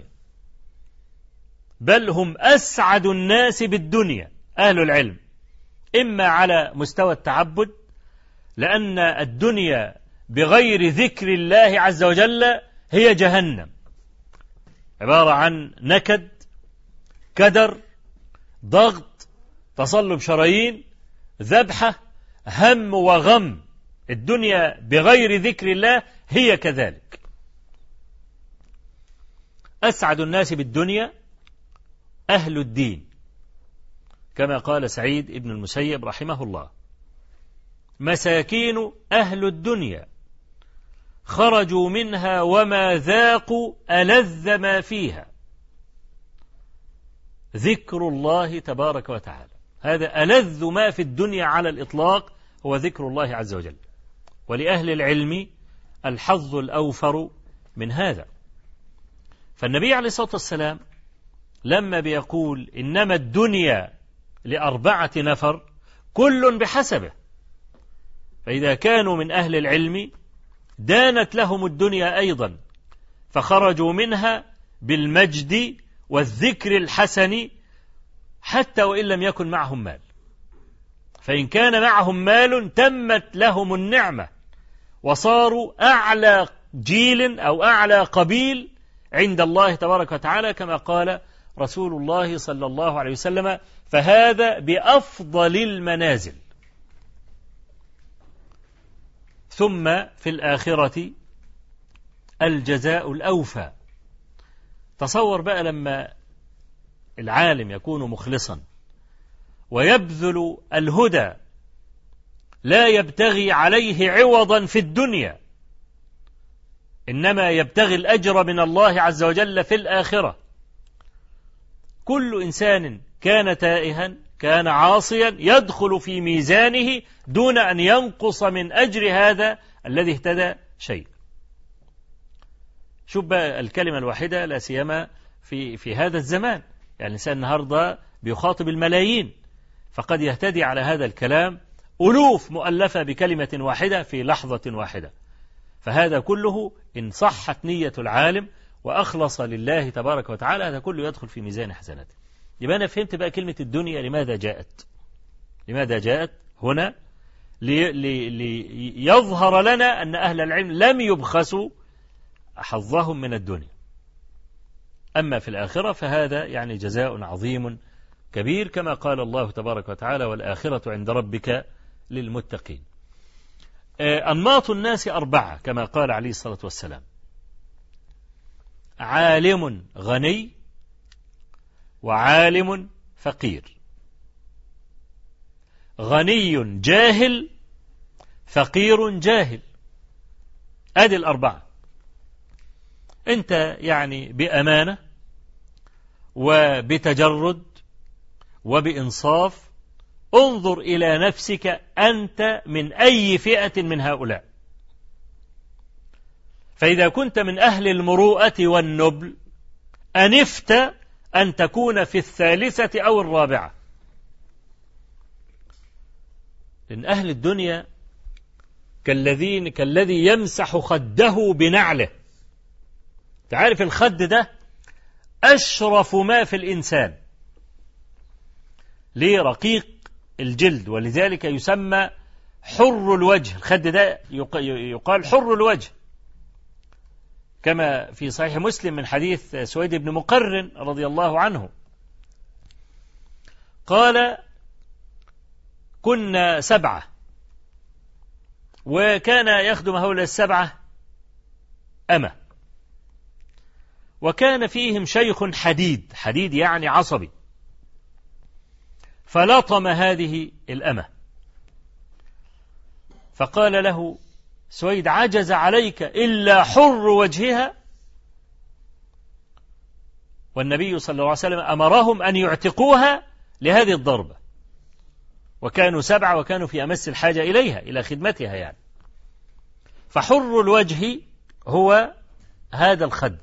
بل هم أسعد الناس بالدنيا أهل العلم، إما على مستوى التعبد، لأن الدنيا بغير ذكر الله عز وجل هي جهنم، عبارة عن نكد، كدر، ضغط، تصلب شرايين، ذبحة، هم وغم. الدنيا بغير ذكر الله هي كذلك. أسعد الناس بالدنيا أهل الدين، كما قال سعيد ابن المسيب رحمه الله: مساكين أهل الدنيا خرجوا منها وما ذاقوا ألذ ما فيها، ذكر الله تبارك وتعالى. هذا ألذ ما في الدنيا على الإطلاق هو ذكر الله عز وجل. ولأهل العلم الحظ الأوفر من هذا. فالنبي عليه الصلاة والسلام لما بيقول إنما الدنيا لأربعة نفر كل بحسبه، فإذا كانوا من أهل العلم دانت لهم الدنيا أيضا، فخرجوا منها بالمجد والذكر الحسن حتى وإن لم يكن معهم مال. فإن كان معهم مال تمت لهم النعمة وصاروا أعلى جيل أو أعلى قبيل عند الله تبارك وتعالى، كما قال رسول الله صلى الله عليه وسلم: فهذا بأفضل المنازل. ثم في الآخرة الجزاء الأوفى. تصور بقى لما العالم يكون مخلصا ويبذل الهدى لا يبتغي عليه عوضا في الدنيا، إنما يبتغي الأجر من الله عز وجل في الآخرة. كل إنسان كان تائها كان عاصيا يدخل في ميزانه دون أن ينقص من أجر هذا الذي اهتدى شيء. شوف بقى الكلمة الواحدة لا سيما في في هذا الزمان، يعني الإنسان النهارده بيخاطب الملايين، فقد يهتدي على هذا الكلام ألوف مؤلفة بكلمة واحدة في لحظة واحدة. فهذا كله إن صحت نية العالم وأخلص لله تبارك وتعالى هذا كله يدخل في ميزان حسناته. يبقى أنا فهمت بقى كلمة الدنيا لماذا جاءت. لماذا جاءت هنا؟ لي لي ليظهر لنا أن أهل العلم لم يبخسوا حظهم من الدنيا. أما في الآخرة فهذا يعني جزاء عظيم كبير، كما قال الله تبارك وتعالى: والآخرة عند ربك للمتقين. أنماط الناس أربعة كما قال عليه الصلاة والسلام: عالم غني، وعالم فقير، غني جاهل، فقير جاهل. أدي الأربعة. أنت يعني بأمانة وبتجرد وبإنصاف انظر إلى نفسك أنت من أي فئة من هؤلاء. فإذا كنت من أهل المروءة والنبل أنفت أن تكون في الثالثة أو الرابعة. لأن أهل الدنيا كالذين كالذي يمسح خده بنعله. تعرف الخد ده أشرف ما في الإنسان، ليه؟ رقيق الجلد، ولذلك يسمى حر الوجه. الخد ده يقال حر الوجه، كما في صحيح مسلم من حديث سويد بن مقرن رضي الله عنه قال: كنا سبعة، وكان يخدم هؤلاء السبعة أمة، وكان فيهم شيخ حديد، حديد يعني عصبي، فلطم هذه الأمة، فقال له سويد: عجز عليك إلا حر وجهها. والنبي صلى الله عليه وسلم أمرهم أن يعتقوها لهذه الضربة، وكانوا سبعة وكانوا في أمس الحاجة إليها، إلى خدمتها يعني. فحر الوجه هو هذا الخد.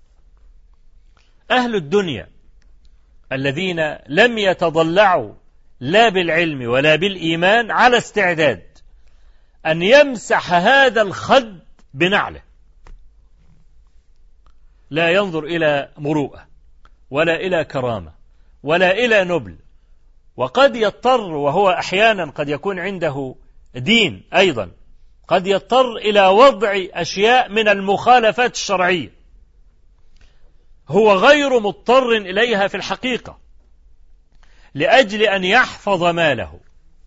أهل الدنيا الذين لم يتضلعوا لا بالعلم ولا بالإيمان على استعداد أن يمسح هذا الخد بنعله، لا ينظر إلى مروءة ولا إلى كرامة ولا إلى نبل، وقد يضطر، وهو أحيانا قد يكون عنده دين أيضا، قد يضطر إلى وضع أشياء من المخالفات الشرعية هو غير مضطر إليها في الحقيقة لأجل أن يحفظ ماله.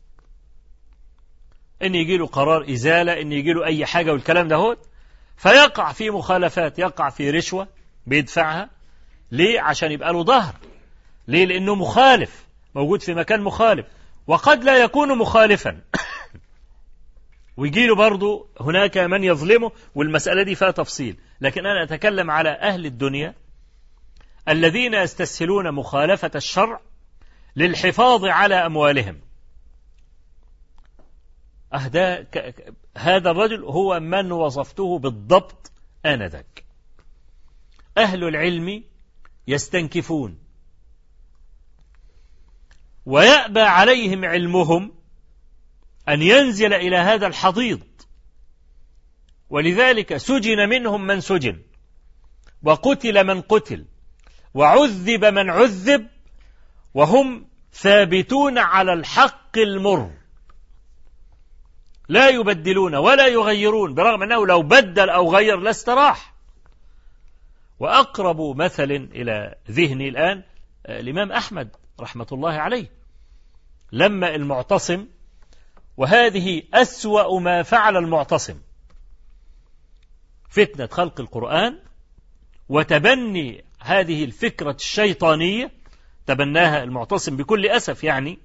إن يجيله قرار إزالة، إن يجيله أي حاجة والكلام ده هو، فيقع في مخالفات، يقع في رشوة بيدفعها. ليه؟ عشان يبقى له ظهر. ليه؟ لأنه مخالف، موجود في مكان مخالف، وقد لا يكون مخالفا ويجيله برضو هناك من يظلمه، والمسألة دي فيها تفصيل. لكن أنا أتكلم على أهل الدنيا الذين يستسهلون مخالفة الشرع للحفاظ على أموالهم. أهدا هذا الرجل هو من وصفته بالضبط آنذاك. أهل العلم يستنكفون ويأبى عليهم علمهم أن ينزل إلى هذا الحضيض، ولذلك سجن منهم من سجن، وقتل من قتل، وعذب من عذب، وهم ثابتون على الحق المر، لا يبدلون ولا يغيرون، برغم أنه لو بدل أو غير لاستراح. وأقرب مثل إلى ذهني الآن الإمام أحمد رحمة الله عليه، لما المعتصم، وهذه أسوأ ما فعل المعتصم، فتنة خلق القرآن وتبني هذه الفكرة الشيطانية، تبناها المعتصم بكل أسف يعني،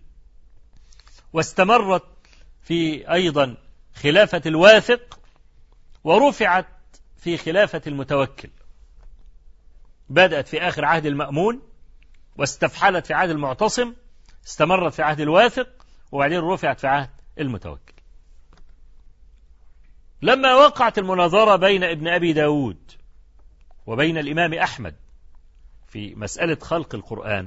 واستمرت في أيضا خلافة الواثق، ورفعت في خلافة المتوكل، بدأت في آخر عهد المأمون واستفحلت في عهد المعتصم، استمرت في عهد الواثق، وبعدين رفعت في عهد المتوكل. لما وقعت المناظرة بين ابن أبي داود وبين الإمام أحمد في مسألة خلق القرآن،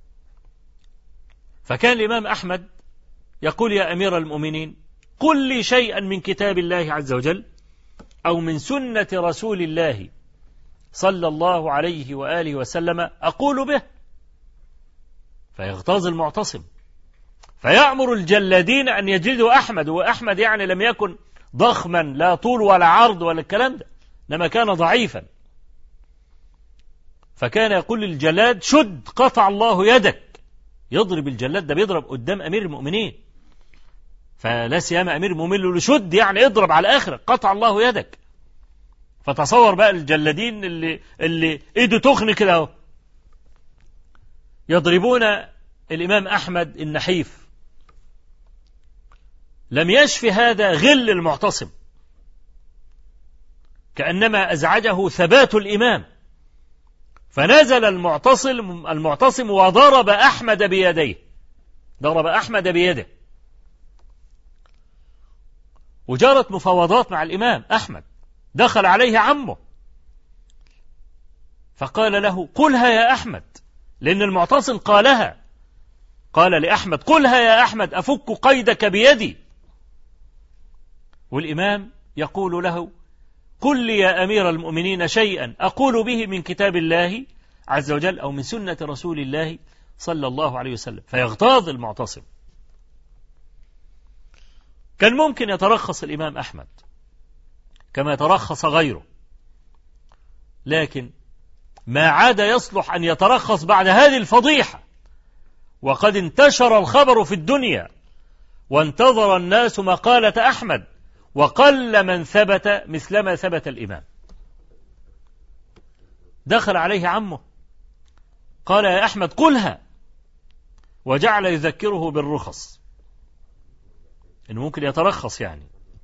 فكان الإمام أحمد يقول: يا أمير المؤمنين، قل لي شيئا من كتاب الله عز وجل أو من سنة رسول الله صلى الله عليه وآله وسلم أقول به. فيغتاظ المعتصم فيأمر الجلادين أن يجلدوا أحمد، وأحمد يعني لم يكن ضخما، لا طول ولا عرض ولا الكلام ده، إنما كان ضعيفا. فكان يقول للجلاد: شد قطع الله يدك. يضرب الجلاد ده، بيضرب قدام أمير المؤمنين، فلا سيما أمير المؤمنين له شد يعني اضرب على الآخر، قطع الله يدك. فتصور بقى الجلادين اللي اللي ايده تخن كده اهو يضربون الإمام أحمد النحيف. لم يشف هذا غل المعتصم، كأنما أزعجه ثبات الإمام، فنزل المعتصم المعتصم وضرب أحمد بيديه، ضرب أحمد بيده. وجرت مفاوضات مع الإمام أحمد، دخل عليه عمه فقال له: قلها يا أحمد، لأن المعتصم قالها، قال لأحمد: قلها يا أحمد أفك قيدك بيدي. والإمام يقول له: قل لي يا أمير المؤمنين شيئا أقول به من كتاب الله عز وجل أو من سنة رسول الله صلى الله عليه وسلم. فيغتاظ المعتصم. كان ممكن يترخص الإمام أحمد كما يترخص غيره، لكن ما عاد يصلح أن يترخص بعد هذه الفضيحة، وقد انتشر الخبر في الدنيا وانتظر الناس مقالة أحمد، وقل من ثبت مثلما ثبت الإمام. دخل عليه عمه قال: يا أحمد قلها، وجعل يذكره بالرخص إنه ممكن يترخص يعني.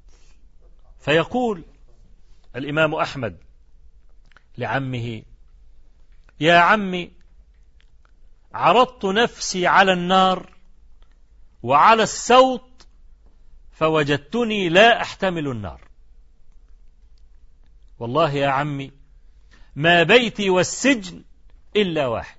فيقول الإمام أحمد لعمه: يا عمي، عرضت نفسي على النار وعلى السوط فوجدتني لا أحتمل النار. والله يا عمي ما بيتي والسجن إلا واحد.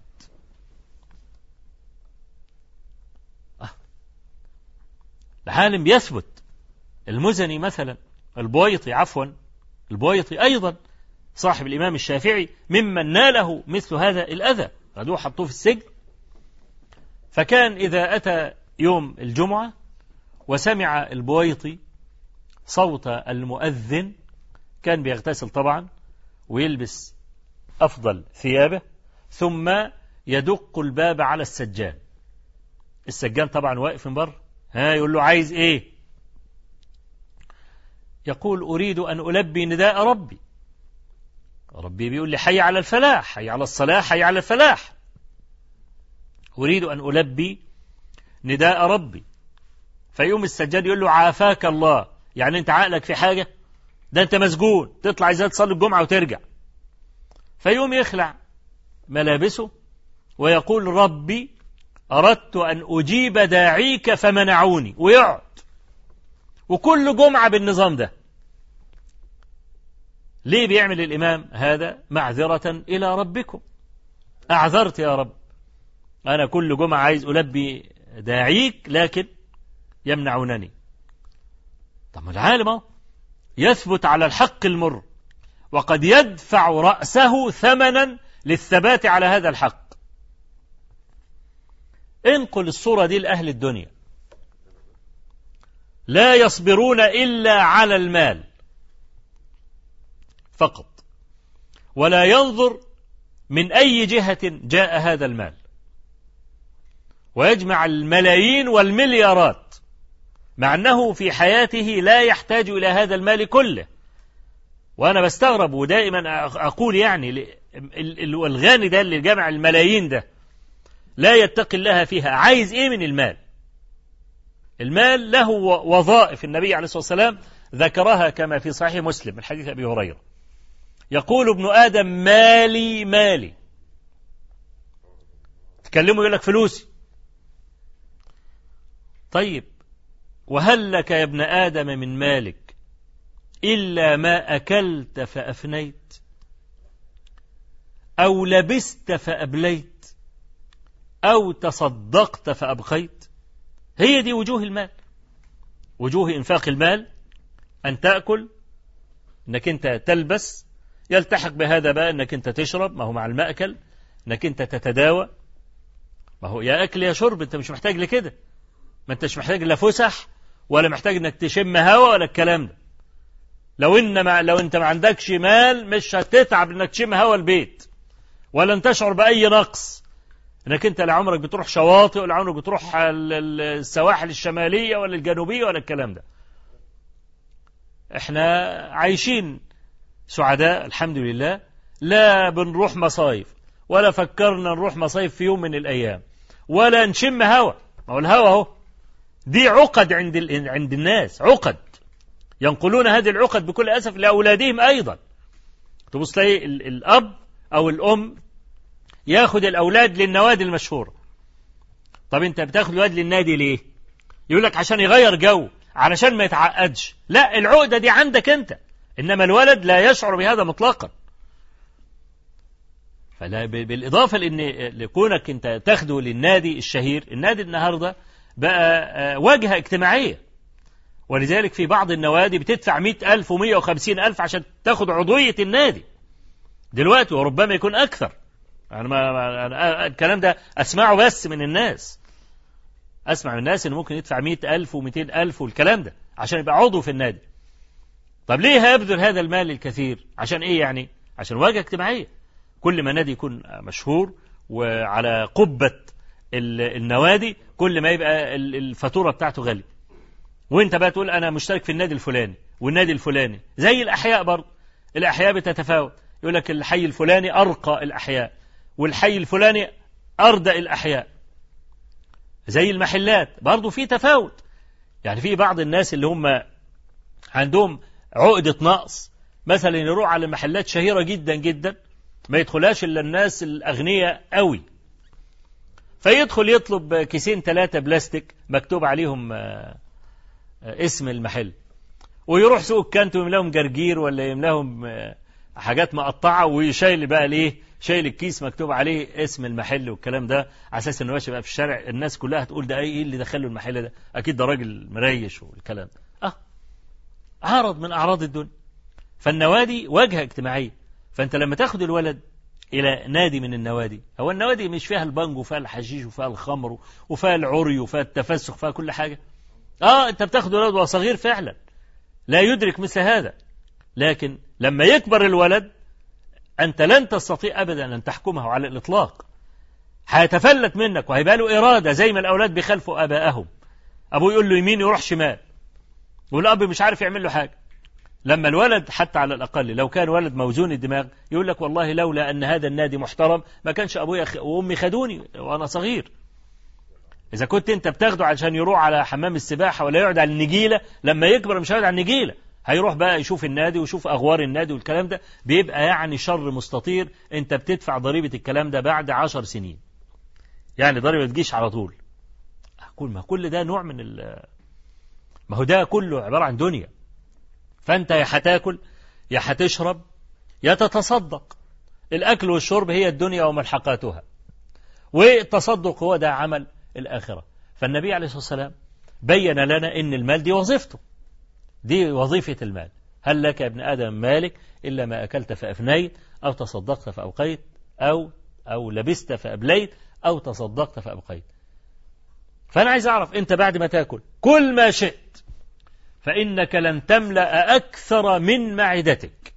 آه. العالم يثبت. المزني مثلا، البويطي عفوا البويطي أيضا صاحب الإمام الشافعي ممن ناله مثل هذا الأذى، خدوه حطوه في السجن. فكان إذا أتى يوم الجمعة وسمع البويطي صوت المؤذن، كان بيغتسل طبعا ويلبس أفضل ثيابه، ثم يدق الباب على السجان. السجان طبعا واقف من بره، ها يقول له: عايز إيه؟ يقول: أريد أن ألبي نداء ربي. ربي بيقول لي: حي على الفلاح، حي على الصلاة، حي على الفلاح. أريد أن ألبي نداء ربي. فيقوم السجاد يقول له: عافاك الله، يعني أنت عقلك في حاجة؟ ده أنت مسجون، تطلع إزاي تصلي الجمعة وترجع. فيقوم يخلع ملابسه ويقول: ربي أردت أن أجيب داعيك فمنعوني، ويقعد. وكل جمعة بالنظام ده. ليه بيعمل الإمام هذا؟ معذرة إلى ربكم، أعذرت يا رب، أنا كل جمعة عايز ألبي داعيك لكن يمنعونني. طب العالم يثبت على الحق المر، وقد يدفع رأسه ثمنا للثبات على هذا الحق. انقل الصورة دي لأهل الدنيا، لا يصبرون إلا على المال فقط، ولا ينظر من أي جهة جاء هذا المال، ويجمع الملايين والمليارات، مع أنه في حياته لا يحتاج إلى هذا المال كله. وأنا بستغرب ودائما أقول يعني الغني ده اللي جمع الملايين ده لا يتقي الله فيها، عايز إيه من المال؟ المال له وظائف، النبي عليه الصلاة والسلام ذكرها كما في صحيح مسلم من حديث أبي هريرة، يقول ابن آدم مالي مالي، تكلمه يقول لك فلوسي. طيب وهل لك يا ابن آدم من مالك إلا ما أكلت فأفنيت أو لبست فأبليت أو تصدقت فأبقيت؟ هي دي وجوه المال، وجوه إنفاق المال، أن تأكل، أنك أنت تلبس، يلتحق بهذا بقى أنك أنت تشرب، ما هو مع المأكل، أنك أنت تتداوى، ما هو يا أكل يا شرب، أنت مش محتاج لكده، ما أنتش محتاج لا فسح ولا محتاج أنك تشم هوا ولا الكلام ده. لو إن ما لو أنت ما عندكش مال مش هتتعب أنك تشم هوا البيت ولا تشعر بأي نقص، أنك أنت لا عمرك بتروح شواطئ ولا عمرك بتروح السواحل الشمالية ولا الجنوبية ولا الكلام ده. احنا عايشين سعداء الحمد لله، لا بنروح مصايف ولا فكرنا نروح مصايف في يوم من الأيام ولا نشم هوا. ما هو الهوا اهو، دي عقد عند ال... عند الناس، عقد ينقلون هذه العقد بكل أسف لأولادهم أيضا. تبص تلاقي ال... الأب أو الأم ياخد الأولاد للنوادي المشهورة. طب أنت بتاخد الولاد للنادي ليه؟ يقول لك عشان يغير جو، علشان ما يتعقدش. لا، العقدة دي عندك أنت، إنما الولد لا يشعر بهذا مطلقا. فلا بالإضافة لأن لكونك أنت تاخده للنادي الشهير، النادي النهاردة بقى واجهة اجتماعية، ولذلك في بعض النوادي بتدفع مئة ألف ومئة وخمسين ألف عشان تاخد عضوية النادي دلوقتي، وربما يكون أكثر. أنا ما أنا الكلام ده أسمعه بس من الناس، أسمع من الناس إنه ممكن يدفع مئة ألف ومئتين ألف والكلام ده عشان يبقى عضو في النادي. طب ليه هيبذل هذا المال الكثير؟ عشان إيه يعني؟ عشان واجهة اجتماعية. كل ما نادي يكون مشهور وعلى قبة النوادي كل ما يبقى الفاتورة بتاعته غالية. وانت بقى تقول أنا مشترك في النادي الفلاني والنادي الفلاني، زي الأحياء برضه، الأحياء بتتفاوت، يقول لك الحي الفلاني أرقى الأحياء والحي الفلاني أردأ الأحياء. زي المحلات برضه في تفاوت، يعني في بعض الناس اللي هم عندهم عقدة نقص مثلا يروح على محلات شهيرة جدا جدا ما يدخلهاش إلا الناس الأغنياء قوي، فيدخل يطلب كيسين ثلاثة بلاستيك مكتوب عليهم اسم المحل، ويروح سوق كانتو يملاهم جرجير ولا يملاهم حاجات مقطعة، ويشيل بقى ليه شايل الكيس مكتوب عليه اسم المحل والكلام ده، على اساس انه ماشي بقى في الشارع الناس كلها هتقول ده ايه اللي دخله المحل ده، اكيد ده راجل مريش والكلام ده. اه عرض من اعراض الدنيا. فالنوادي واجهة اجتماعية، فانت لما تاخد الولد الى نادي من النوادي، هو النوادي مش فيها البانجو وفيها الحشيش وفيها الخمر وفيها العري وفيها التفسخ وفيها كل حاجة. اه انت بتاخد الولد وهو صغير فعلا لا يدرك مثل هذا، لكن لما يكبر الولد أنت لن تستطيع أبدا أن تحكمه على الإطلاق، هيتفلت منك وهيبقى له إرادة، زي ما الأولاد بيخالفوا أبائهم، أبوه يقول له يمين يروح شمال والأب مش عارف يعمل له حاجة. لما الولد حتى على الأقل لو كان ولد موزون الدماغ يقول لك والله لولا أن هذا النادي محترم ما كانش أبوي وأمي خدوني وأنا صغير. إذا كنت أنت بتاخده عشان يروح على حمام السباحة ولا يقعد على النجيلة، لما يكبر مش هيقعد على النجيلة، هيروح بقى يشوف النادي ويشوف أغوار النادي والكلام ده، بيبقى يعني شر مستطير. أنت بتدفع ضريبة الكلام ده بعد عشر سنين، يعني ضريبة تجيش على طول. كل ما كل ده نوع من ال ما هو ده كله عبارة عن دنيا. فأنت يا هتاكل يا هتشرب يا تتصدق. الأكل والشرب هي الدنيا وملحقاتها، والتصدق هو ده عمل الآخرة. فالنبي عليه الصلاة والسلام بين لنا إن المال دي وظيفته، دي وظيفة المال. هل لك يا ابن آدم مالك إلا ما أكلت فأفنيت أو تصدقت فأبقيت أو أو لبست فأبليت أو تصدقت فأبقيت. فأنا عايز أعرف أنت بعد ما تأكل كل ما شئت فإنك لن تملأ أكثر من معدتك،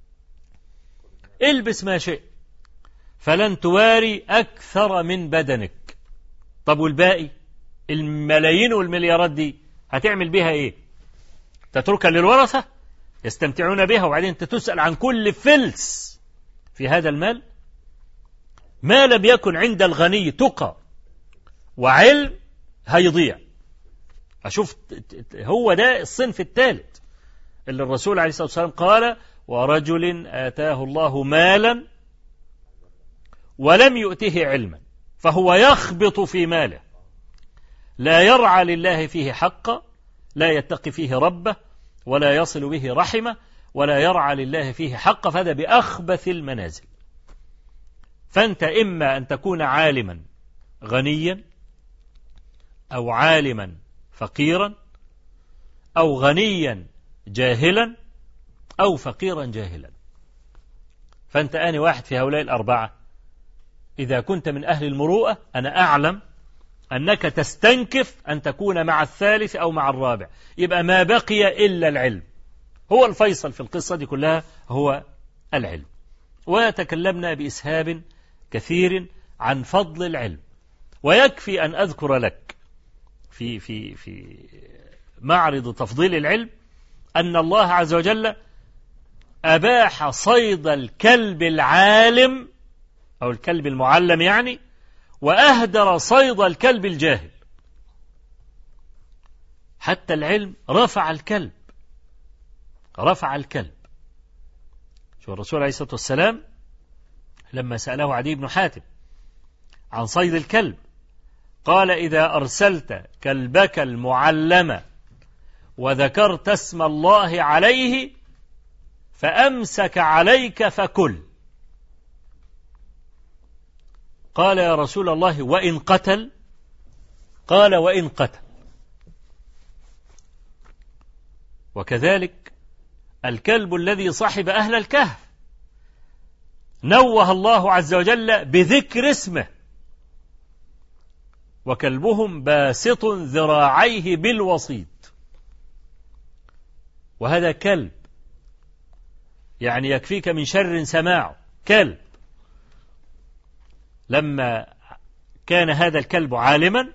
البس ما شئت فلن تواري أكثر من بدنك. طب والباقي الملايين والمليارات دي هتعمل بها إيه؟ تتركها للورثة يستمتعون بها وبعدين أنت تسأل عن كل فلس في هذا المال؟ ما لم يكن عند الغني تقى وعلم هيضيع. أشوف هو ده الصنف الثالث اللي الرسول عليه الصلاة والسلام قال ورجل آتاه الله مالا ولم يؤته علما فهو يخبط في ماله لا يرعى لله فيه حقا، لا يتقي فيه ربه، ولا يصل به رحمه، ولا يرعى لله فيه حقا، فهذا بأخبث المنازل. فأنت إما أن تكون عالما غنيا، أو عالما فقيرا، أو غنيا جاهلا، أو فقيرا جاهلا. فأنت آني واحد في هؤلاء الأربعة. إذا كنت من أهل المروءة أنا أعلم أنك تستنكف أن تكون مع الثالث أو مع الرابع، يبقى ما بقي إلا العلم. هو الفيصل في القصة دي كلها هو العلم. وتكلمنا بإسهاب كثير عن فضل العلم، ويكفي أن أذكر لك في في في معرض تفضيل العلم أن الله عز وجل أباح صيد الكلب العالم أو الكلب المعلم يعني، وأهدر صيد الكلب الجاهل. حتى العلم رفع الكلب، رفع الكلب. شو الرسول عليه الصلاة والسلام لما سأله عدي بن حاتم عن صيد الكلب قال: إذا أرسلت كلبك المعلم وذكرت اسم الله عليه فأمسك عليك فكل. قال: يا رسول الله وإن قتل؟ قال: وإن قتل. وكذلك الكلب الذي صاحب أهل الكهف نوه الله عز وجل بذكر اسمه: وكلبهم باسط ذراعيه بالوصيد. وهذا كلب، يعني يكفيك من شر سماعه، كلب. لما كان هذا الكلب عالما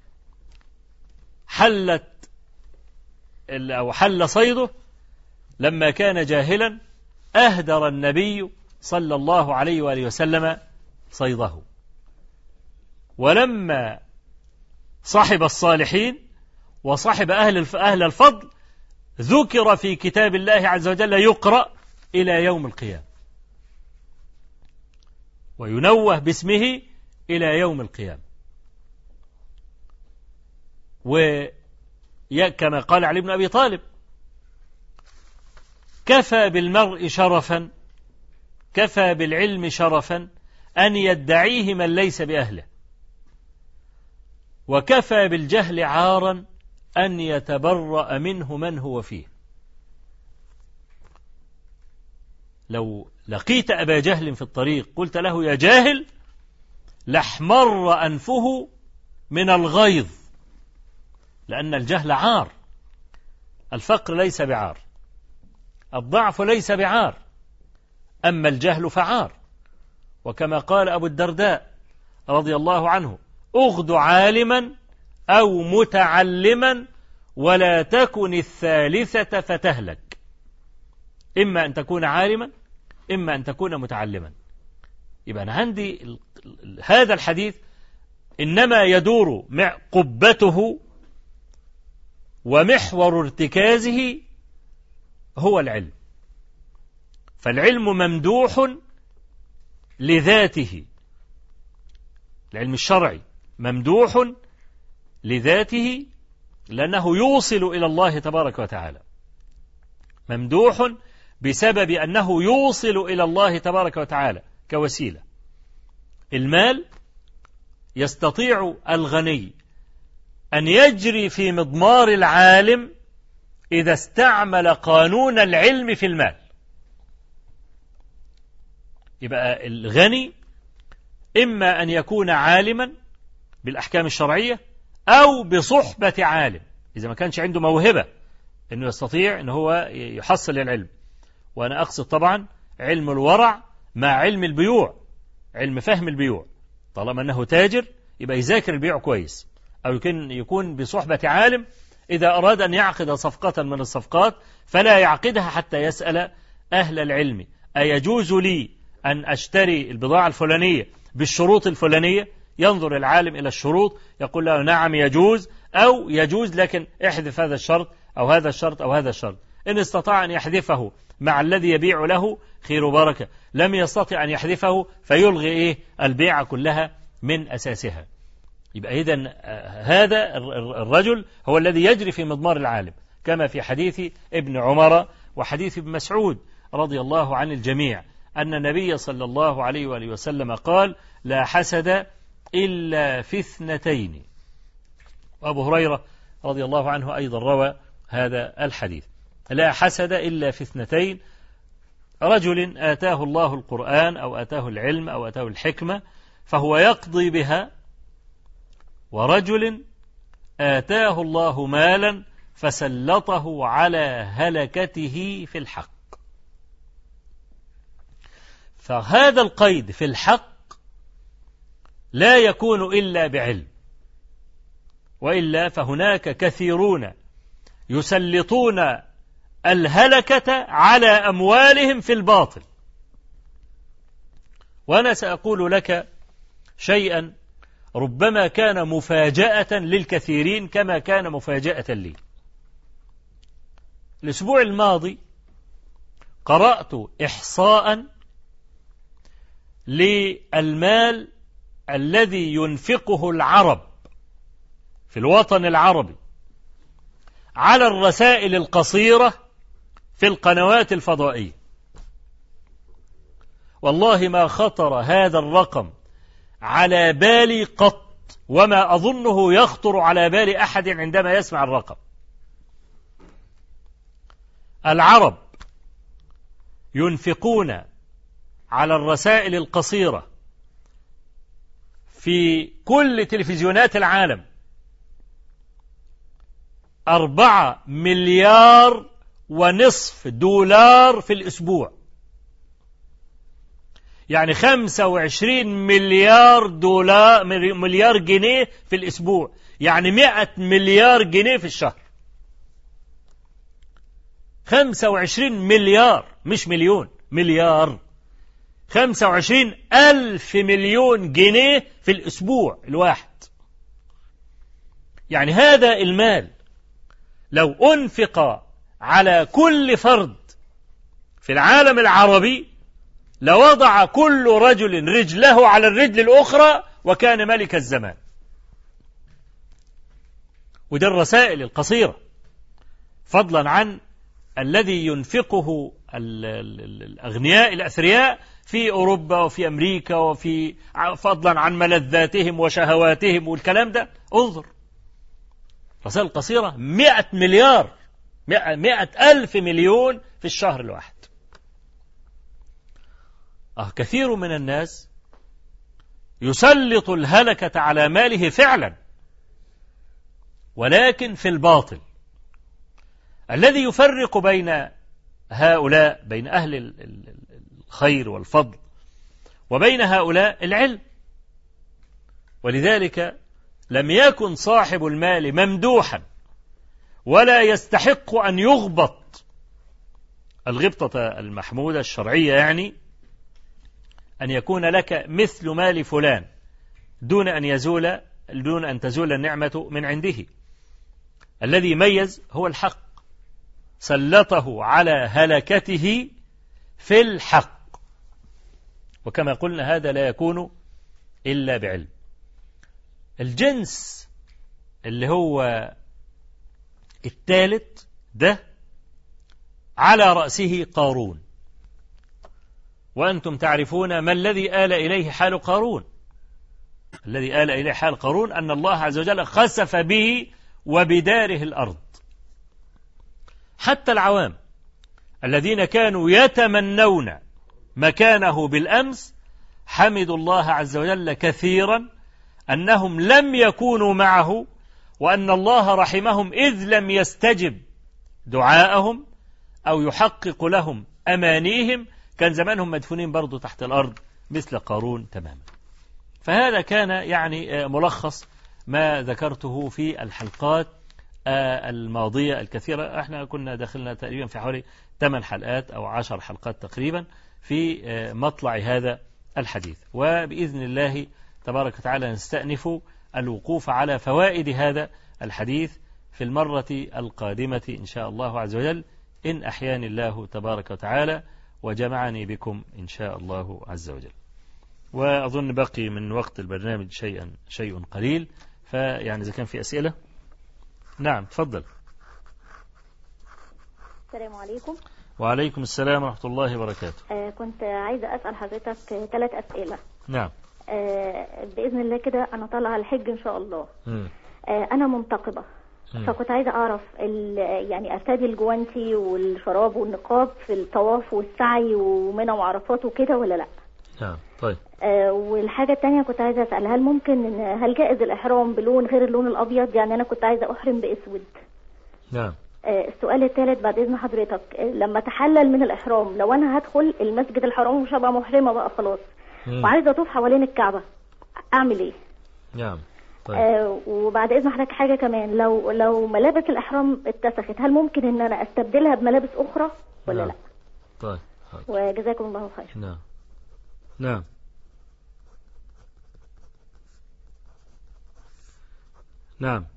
حلت أو حل صيده، لما كان جاهلا أهدر النبي صلى الله عليه وآله وسلم صيده. ولما صاحب الصالحين وصاحب أهل أهل الفضل ذكر في كتاب الله عز وجل يقرأ إلى يوم القيامة، وينوه باسمه إلى يوم القيامة. وكما قال علي بن أبي طالب: كفى بالمرء شرفا، كفى بالعلم شرفا أن يدعيه من ليس بأهله، وكفى بالجهل عارا أن يتبرأ منه من هو فيه. لو لقيت أبا جهل في الطريق قلت له: يا جاهل، لاحمر أنفه من الغيظ، لأن الجهل عار. الفقر ليس بعار، الضعف ليس بعار، أما الجهل فعار. وكما قال أبو الدرداء رضي الله عنه: أغد عالما أو متعلما ولا تكن الثالثة فتهلك. إما أن تكون عالما، إما أن تكون متعلما. يبقى أنا عندي هذا الحديث إنما يدور مع قبته ومحور ارتكازه هو العلم. فالعلم ممدوح لذاته، العلم الشرعي ممدوح لذاته لأنه يوصل إلى الله تبارك وتعالى، ممدوح بسبب أنه يوصل إلى الله تبارك وتعالى كوسيلة. المال يستطيع الغني أن يجري في مضمار العالم إذا استعمل قانون العلم في المال. يبقى الغني إما أن يكون عالما بالأحكام الشرعية أو بصحبة عالم، إذا ما كانش عنده موهبة أنه يستطيع أنه هو يحصل العلم. وأنا أقصد طبعا علم الورع مع علم البيوع، علم فهم البيوع. طالما أنه تاجر يبقى يذاكر البيع كويس، أو يمكن يكون بصحبة عالم إذا أراد أن يعقد صفقة من الصفقات فلا يعقدها حتى يسأل أهل العلم: أيجوز لي أن أشتري البضاعة الفلانية بالشروط الفلانية؟ ينظر العالم إلى الشروط يقول له: نعم يجوز، أو يجوز لكن احذف هذا الشرط أو هذا الشرط أو هذا الشرط. إن استطاع أن يحذفه مع الذي يبيع له خير وبركة، لم يستطع أن يحذفه فيلغي إيه البيع كلها من أساسها. يبقى إذن هذا الرجل هو الذي يجري في مضمار العالم، كما في حديث ابن عمر وحديث ابن مسعود رضي الله عن الجميع أن النبي صلى الله عليه وآله وسلم قال: لا حسد إلا في اثنتين. وأبو هريرة رضي الله عنه أيضا روى هذا الحديث: لا حسد إلا في اثنتين، رجل آتاه الله القرآن أو آتاه العلم أو آتاه الحكمة فهو يقضي بها، ورجل آتاه الله مالا فسلطه على هلكته في الحق. فهذا القيد في الحق لا يكون إلا بعلم، وإلا فهناك كثيرون يسلطون الهلكة على أموالهم في الباطل. وأنا سأقول لك شيئا ربما كان مفاجأة للكثيرين كما كان مفاجأة لي. الأسبوع الماضي قرأت إحصاء للمال الذي ينفقه العرب في الوطن العربي على الرسائل القصيرة في القنوات الفضائية. والله ما خطر هذا الرقم على بالي قط، وما أظنه يخطر على بال أحد عندما يسمع الرقم. العرب ينفقون على الرسائل القصيرة في كل تلفزيونات العالم أربعة مليار ونصف دولار في الأسبوع، يعني خمسة وعشرين مليار دولار مليار جنيه في الأسبوع، يعني مئة مليار جنيه في الشهر. خمسة وعشرين مليار، مش مليون، مليار. خمسة وعشرين ألف مليون جنيه في الأسبوع الواحد. يعني هذا المال لو أنفق على كل فرد في العالم العربي لوضع كل رجل رجله على الرجل الأخرى وكان ملك الزمان. وده الرسائل القصيرة، فضلا عن الذي ينفقه الأغنياء الأثرياء في أوروبا وفي أمريكا، وفي فضلا عن ملذاتهم وشهواتهم والكلام ده. انظر رسائل قصيرة مئة مليار، مئة ألف مليون في الشهر الواحد. أه كثير من الناس يسلط الهلكة على ماله فعلا، ولكن في الباطل. الذي يفرق بين هؤلاء، بين أهل الخير والفضل وبين هؤلاء، العلم. ولذلك لم يكن صاحب المال ممدوحا ولا يستحق أن يغبط الغبطة المحمودة الشرعية، يعني أن يكون لك مثل مال فلان دون أن يزول دون أن تزول النعمة من عنده. الذي ميز هو الحق، سلطه على هلكته في الحق. وكما قلنا هذا لا يكون إلا بعلم. الجنس اللي هو الثالث ده على رأسه قارون. وأنتم تعرفون ما الذي آل إليه حال قارون. الذي آل إليه حال قارون أن الله عز وجل خسف به وبداره الأرض. حتى العوام الذين كانوا يتمنون مكانه بالأمس حمدوا الله عز وجل كثيرا أنهم لم يكونوا معه، وأن الله رحمهم إذ لم يستجب دعاءهم أو يحقق لهم أمانيهم. كان زمانهم مدفونين برضو تحت الأرض مثل قارون تماما. فهذا كان يعني ملخص ما ذكرته في الحلقات الماضية الكثيرة. احنا كنا دخلنا تقريبا في حوالي ثمان حلقات أو عشر حلقات تقريبا في مطلع هذا الحديث، وبإذن الله تبارك وتعالى نستأنف الوقوف على فوائد هذا الحديث في المرة القادمة إن شاء الله عز وجل، إن أحياني الله تبارك وتعالى وجمعني بكم إن شاء الله عز وجل. وأظن بقي من وقت البرنامج شيئا شيء قليل، فيعني إذا كان في أسئلة. نعم تفضل. السلام عليكم. وعليكم السلام ورحمة الله وبركاته. آه كنت عايزة أسأل حضرتك ثلاث أسئلة. نعم. آه بإذن الله كده أنا طالعة الحج إن شاء الله. م. آه أنا منتقبة، م. فكنت عايزة أعرف يعني أرتدي الجوانتي والشراب والنقاب في الطواف والسعي ومنى وعرفات وكده ولا لأ؟ نعم. طيب. آه والحاجة الثانية كنت عايزة أسأل، هل ممكن هل جائز الإحرام بلون غير اللون الأبيض؟ يعني أنا كنت عايزة أحرم بأسود. نعم. السؤال الثالث بعد إذن حضرتك، لما تحلل من الإحرام لو أنا هدخل المسجد الحرام ومش هبقى محرمة بقى خلاص وعايزة أطوف حوالين الكعبة أعمل إيه؟ نعم. طيب. آه وبعد إذن حضرتك حاجة كمان، لو لو ملابس الإحرام اتسخت هل ممكن إن أنا أستبدلها بملابس أخرى ولا نعم. لا؟ طيب. وجزاكم الله خير. نعم. نعم. نعم.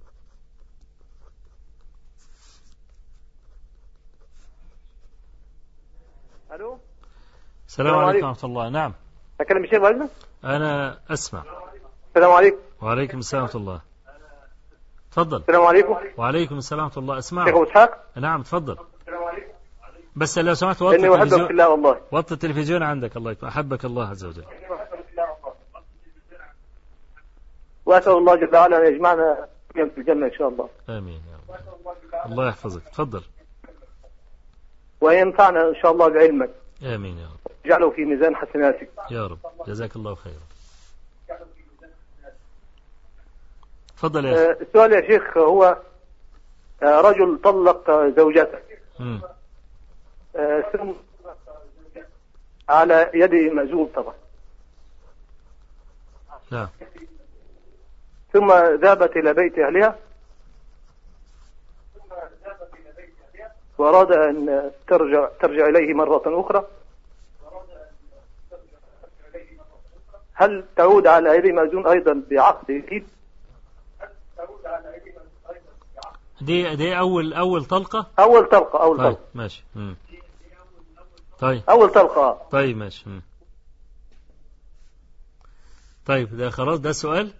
الو. السلام عليكم ورحمة الله. نعم. أكلم الشيخ بعدنا؟ أنا أسمع. السلام عليكم. وعليكم السلام ورحمة الله. تفضل. السلام عليكم. وعليكم السلام ورحمة الله. أسمع. شيخ أبو إسحاق. نعم تفضل. السلام عليكم. بس لو سمحت وطي التلفزيون. إني أحبك في الله والله. وطي التلفزيون عندك. الله يكرمك. أحبك الله عز وجل. وأسأل الله جل وعلا أن يجمعنا في الجنة إن شاء الله. آمين يا رب. الله يحفظك. تفضل. وينفعنا إن شاء الله بعلمك. آمين يا رب. اجعله في ميزان حسناتك يا رب. جزاك الله خيرا. تفضل يا أخي. السؤال يا شيخ هو رجل طلق زوجته ثم على يد مأزوم طبعا. نعم. ثم ذهبت إلى بيت أهلها وأراد أن ترجع ترجع إليه مرة أخرى، هل تعود على يد مأزوم أيضا بعقد جديد؟ دي دي أول أول طلقة. أول طلقة أول طيب. طلقة. ماشي. مم. طيب. أول طلقة. طيب ماشي. مم. طيب ده خلاص ده سؤال.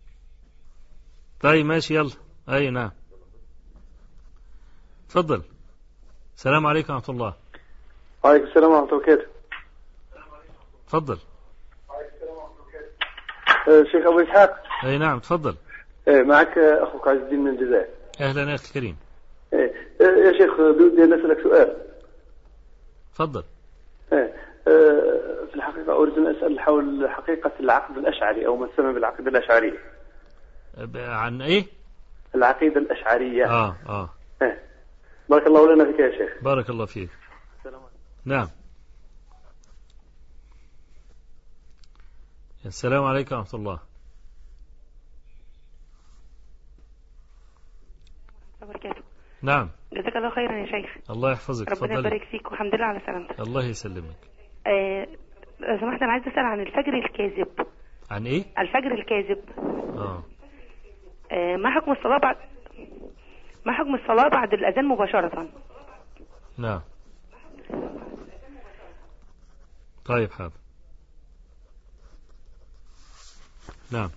طيب ماشي يلا. أي نعم. تفضل. السلام عليكم ورحمة الله. وعليكم السلام ورحمة الله وبركاته. تفضل. شيخ أبو إسحاق. أي نعم تفضل. معك أخوك عز الدين من الجزائر. أهلا يا أخي الكريم. يا شيخ بدي أسألك سؤال. تفضل. في الحقيقة أريد أن أسأل حول حقيقة العقد الأشعري أو ما يسمى بالعقيدة الأشعرية. عن إيه؟ العقيدة الأشعرية. آه آه. بارك الله لنا فيك يا شيخ. بارك الله فيك. السلام عليكم. نعم. السلام عليكم ورحمة الله. وبركاته. نعم. جزاك الله خيرا يا شيخ. الله يحفظك. ربنا يبارك فيك والحمد لله على سلامتك. الله يسلمك. آه لو سمحت انا عايز اسال عن الفجر الكاذب. عن ايه؟ الفجر الكاذب. اه, آه ما حكم الصلاة بعد ما حكم الصلاة بعد الأذان مباشرة؟ نعم. طيب حاضر. نعم.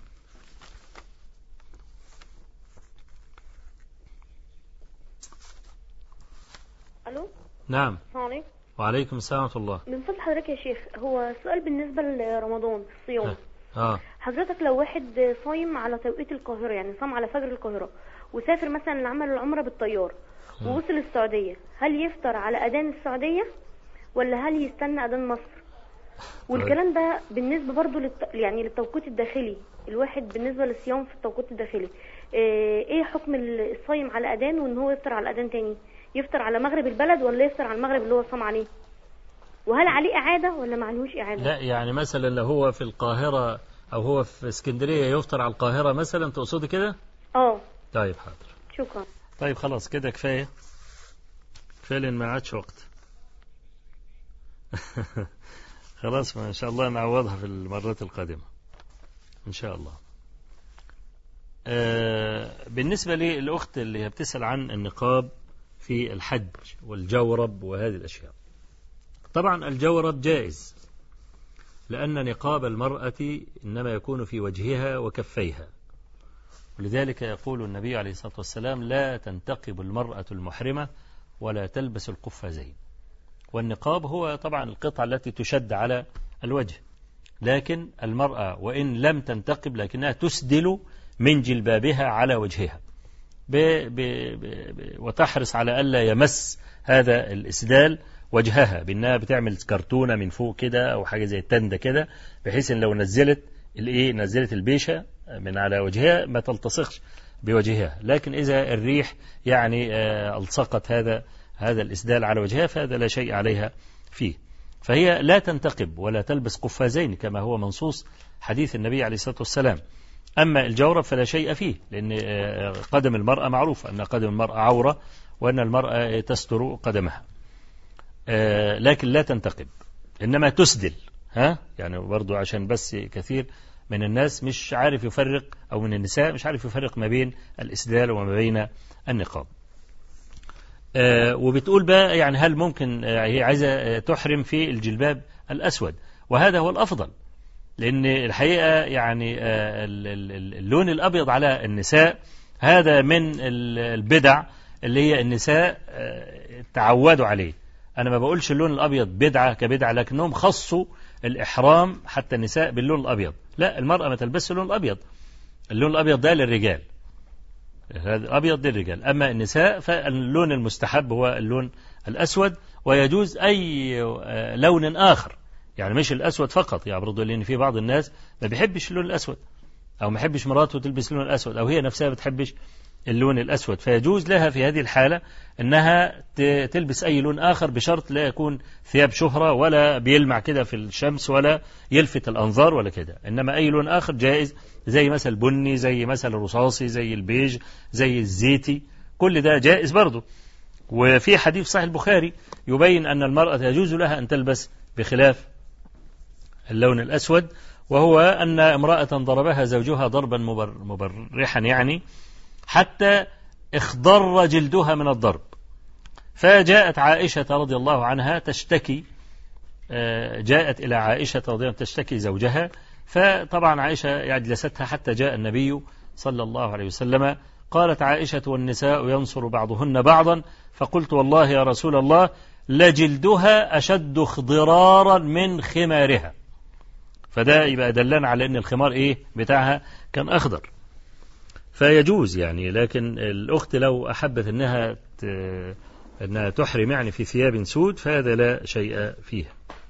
الو. نعم. السلام عليكم. وعليكم السلام ورحمة الله. من فضل حضرتك يا شيخ، هو سؤال بالنسبة لرمضان الصيام. اه حضرتك لو واحد صايم على توقيت القاهرة، يعني صام على فجر القاهرة وسافر مثلا لعمل العمرة بالطيار ووصل السعودية، هل يفطر على أذان السعودية ولا هل يستنى أذان مصر؟ والكلام ده بالنسبة برضو للت... يعني للتوقيت الداخلي، الواحد بالنسبة للصيام في التوقيت الداخلي ايه حكم الصايم على أذان وان هو يفطر على أذان تاني؟ يفطر على مغرب البلد ولا يفطر على المغرب اللي هو صام عليه؟ وهل عليه إعادة ولا ما عليهوش إعادة؟ لا يعني مثلا لو هو في القاهرة أو هو في اسكندرية يفطر على القاهرة مثلا، تقصدي كده؟ اه. طيب حاضر. شكرا. طيب خلاص كده كفاية كفاية لأن ما عادش وقت. خلاص ما إن شاء الله نعوضها في المرات القادمة إن شاء الله. آه بالنسبة للأخت اللي بتسأل عن النقاب في الحج والجورب وهذه الأشياء. طبعا الجورب جائز لأن نقاب المرأة إنما يكون في وجهها وكفيها، ولذلك يقول النبي عليه الصلاة والسلام لا تنتقب المرأة المحرمة ولا تلبس القفازين. والنقاب هو طبعا القطعة التي تشد على الوجه، لكن المرأة وإن لم تنتقب لكنها تسدل من جلبابها على وجهها ب ب ب وتحرص على ألا يمس هذا الإسدال وجهها، بأنها بتعمل كرتونة من فوق كده أو حاجة زي التندة كده، بحيث أن لو نزلت الإيه نزلت البيشة من على وجهها ما تلتصقش بوجهها. لكن إذا الريح يعني ألصقت هذا هذا الإسدال على وجهها فهذا لا شيء عليها فيه. فهي لا تنتقب ولا تلبس قفازين كما هو منصوص حديث النبي عليه الصلاة والسلام. أما الجورب فلا شيء فيه، لأن قدم المرأة معروف أن قدم المرأة عورة وأن المرأة تستر قدمها، لكن لا تنتقب إنما تسدل. ها يعني برضو عشان بس كثير من الناس مش عارف يفرق، أو من النساء مش عارف يفرق ما بين الإسدال وما بين النقاب. آه وبتقول بقى يعني هل ممكن آه هي عايزة تحرم في الجلباب الأسود، وهذا هو الأفضل، لأن الحقيقة يعني آه اللون الأبيض على النساء هذا من البدع اللي هي النساء آه تعودوا عليه. أنا ما بقولش اللون الأبيض بدعة كبدعة، لكنهم خصوا الإحرام حتى النساء باللون الأبيض. لا، المرأة ما تلبسش اللون الأبيض، اللون الأبيض ده للرجال، هذا أبيض للرجال. أما النساء فاللون المستحب هو اللون الأسود، ويجوز أي لون آخر، يعني مش الأسود فقط. يعني برضو لأن في بعض الناس ما بيحبش اللون الأسود، أو ما يحبش مراته تلبس اللون الأسود، أو هي نفسها ما بتحبش اللون الأسود، فيجوز لها في هذه الحالة أنها تلبس أي لون آخر بشرط لا يكون ثياب شهرة ولا بيلمع كده في الشمس ولا يلفت الأنظار ولا كده. إنما أي لون آخر جائز، زي مثل بني، زي مثل الرصاصي، زي البيج، زي الزيتي، كل ده جائز برضو. وفي حديث صحيح البخاري يبين أن المرأة يجوز لها أن تلبس بخلاف اللون الأسود، وهو أن امرأة ضربها زوجها ضربا مبرحا يعني حتى اخضر جلدها من الضرب، فجاءت عائشة رضي الله عنها تشتكي، جاءت إلى عائشة رضي الله عنها تشتكي زوجها، فطبعا عائشة أجلستها حتى جاء النبي صلى الله عليه وسلم. قالت عائشة والنساء ينصر بعضهن بعضا، فقلت والله يا رسول الله لجلدها أشد اخضرارا من خمارها. فده يبقى دلنا على أن الخمار إيه بتاعها كان أخضر، فيجوز يعني. لكن الأخت لو أحبت أنها أنها تحرم يعني في ثياب سود فهذا لا شيء فيها.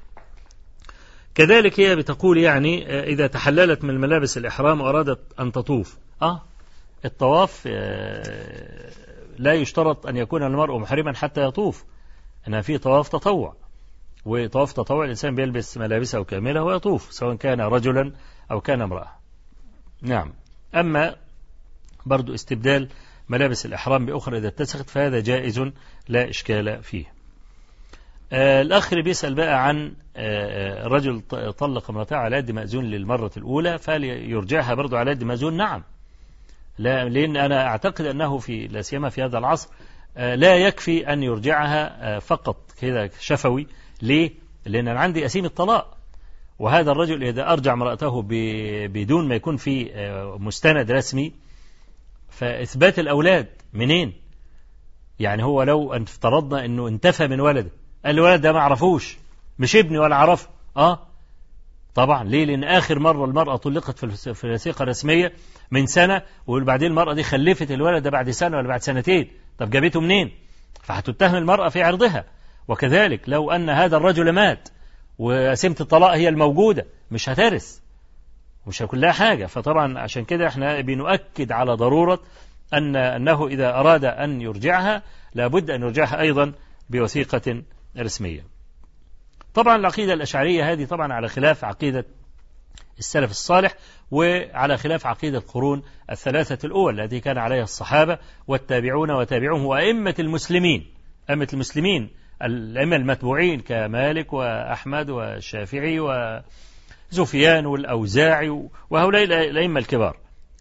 كذلك هي بتقول يعني إذا تحللت من ملابس الإحرام وأرادت أن تطوف، آه الطواف لا يشترط أن يكون المرء محرما حتى يطوف، أنها في طواف تطوع، وطواف تطوع الإنسان بيلبس ملابسه كاملة ويطوف سواء كان رجلا أو كان امرأة. نعم. أما برضو استبدال ملابس الإحرام بأخرى إذا اتسخت فهذا جائز لا إشكال فيه. آه الأخ بيسأل بقى عن آه رجل طلق امرأته على يد مأذون للمرة الأولى، فهل يرجعها برضو على يد مأذون؟ نعم، لا، لأن أنا أعتقد أنه في لا سيما في هذا العصر آه لا يكفي أن يرجعها آه فقط كذا شفوي. ليه؟ لأن أنا عندي أسيم الطلاق، وهذا الرجل إذا أرجع امرأته بدون ما يكون في آه مستند رسمي فإثبات الأولاد منين؟ يعني هو لو افترضنا أنه انتفى من ولده، قال الولد ده ما عرفوش، مش ابني ولا عرفه، آه طبعا. ليه؟ لأن آخر مرة المرأة طلقت في الوثيقة الرسمية من سنة، وبعدين المرأة دي خلفت الولد ده بعد سنة ولا بعد سنتين، طب جابته منين؟ فهتتهم المرأة في عرضها. وكذلك لو أن هذا الرجل مات وسمة الطلاق هي الموجودة مش هترث، مش هيكون لها حاجة. فطبعا عشان كده احنا بنؤكد على ضرورة أن أنه إذا أراد أن يرجعها لابد أن يرجعها أيضا بوثيقة رسمية. طبعا العقيدة الأشعرية هذه طبعا على خلاف عقيدة السلف الصالح، وعلى خلاف عقيدة القرون الثلاثة الأول التي كان عليها الصحابة والتابعون وتابعوهم وأئمة المسلمين، أئمة المسلمين الأئمة المتبوعين كمالك وأحمد والشافعي وسفيان والأوزاعي وهؤلاء الأئمة الكبار.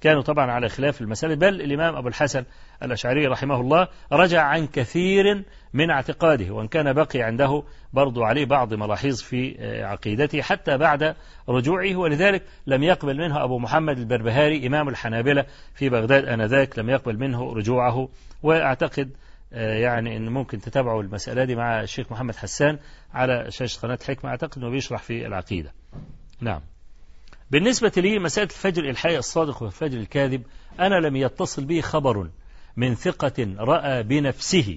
كانوا طبعا على خلاف المسألة، بل الإمام أبو الحسن الأشعري رحمه الله رجع عن كثير من اعتقاده، وإن كان بقي عنده برضو عليه بعض ملاحظ في عقيدته حتى بعد رجوعه، ولذلك لم يقبل منه أبو محمد البربهاري إمام الحنابلة في بغداد آنذاك، لم يقبل منه رجوعه. وأعتقد يعني أن ممكن تتابعوا المسألة دي مع الشيخ محمد حسان على شاشة قناة حكمة، أعتقد أنه بيشرح في العقيدة. نعم. بالنسبة لي مسألة الفجر الحي الصادق والفجر الكاذب، أنا لم يتصل بي خبر من ثقة رأى بنفسه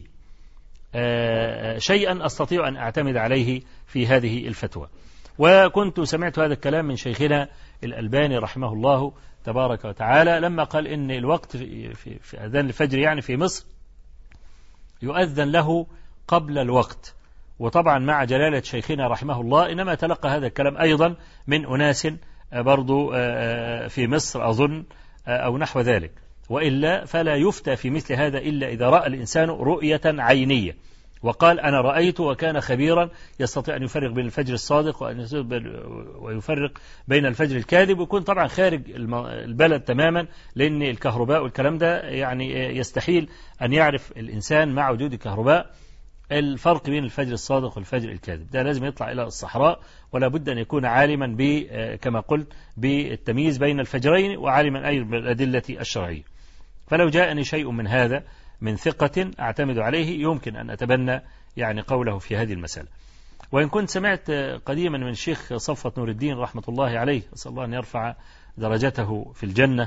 شيئا أستطيع أن أعتمد عليه في هذه الفتوى. وكنت سمعت هذا الكلام من شيخنا الألباني رحمه الله تبارك وتعالى لما قال إن الوقت في, في, في أذان الفجر يعني في مصر يؤذن له قبل الوقت. وطبعا مع جلالة شيخنا رحمه الله إنما تلقى هذا الكلام أيضا من أناس برضو في مصر أظن أو نحو ذلك، وإلا فلا يفتى في مثل هذا إلا إذا رأى الإنسان رؤية عينية وقال أنا رأيت وكان خبيرا يستطيع أن يفرق بين الفجر الصادق ويفرق بين الفجر الكاذب، ويكون طبعا خارج البلد تماما، لأن الكهرباء والكلام ده يعني يستحيل أن يعرف الإنسان مع وجود الكهرباء الفرق بين الفجر الصادق والفجر الكاذب. ده لازم يطلع إلى الصحراء، ولا بد أن يكون عالما ب كما قلت بالتمييز بين الفجرين، وعالما أي بالأدلة الشرعية. فلو جاءني شيء من هذا من ثقة أعتمد عليه يمكن أن أتبنى يعني قوله في هذه المسألة. وإن كنت سمعت قديما من الشيخ صفوة نور الدين رحمة الله عليه، أسأل الله أن يرفع درجته في الجنة،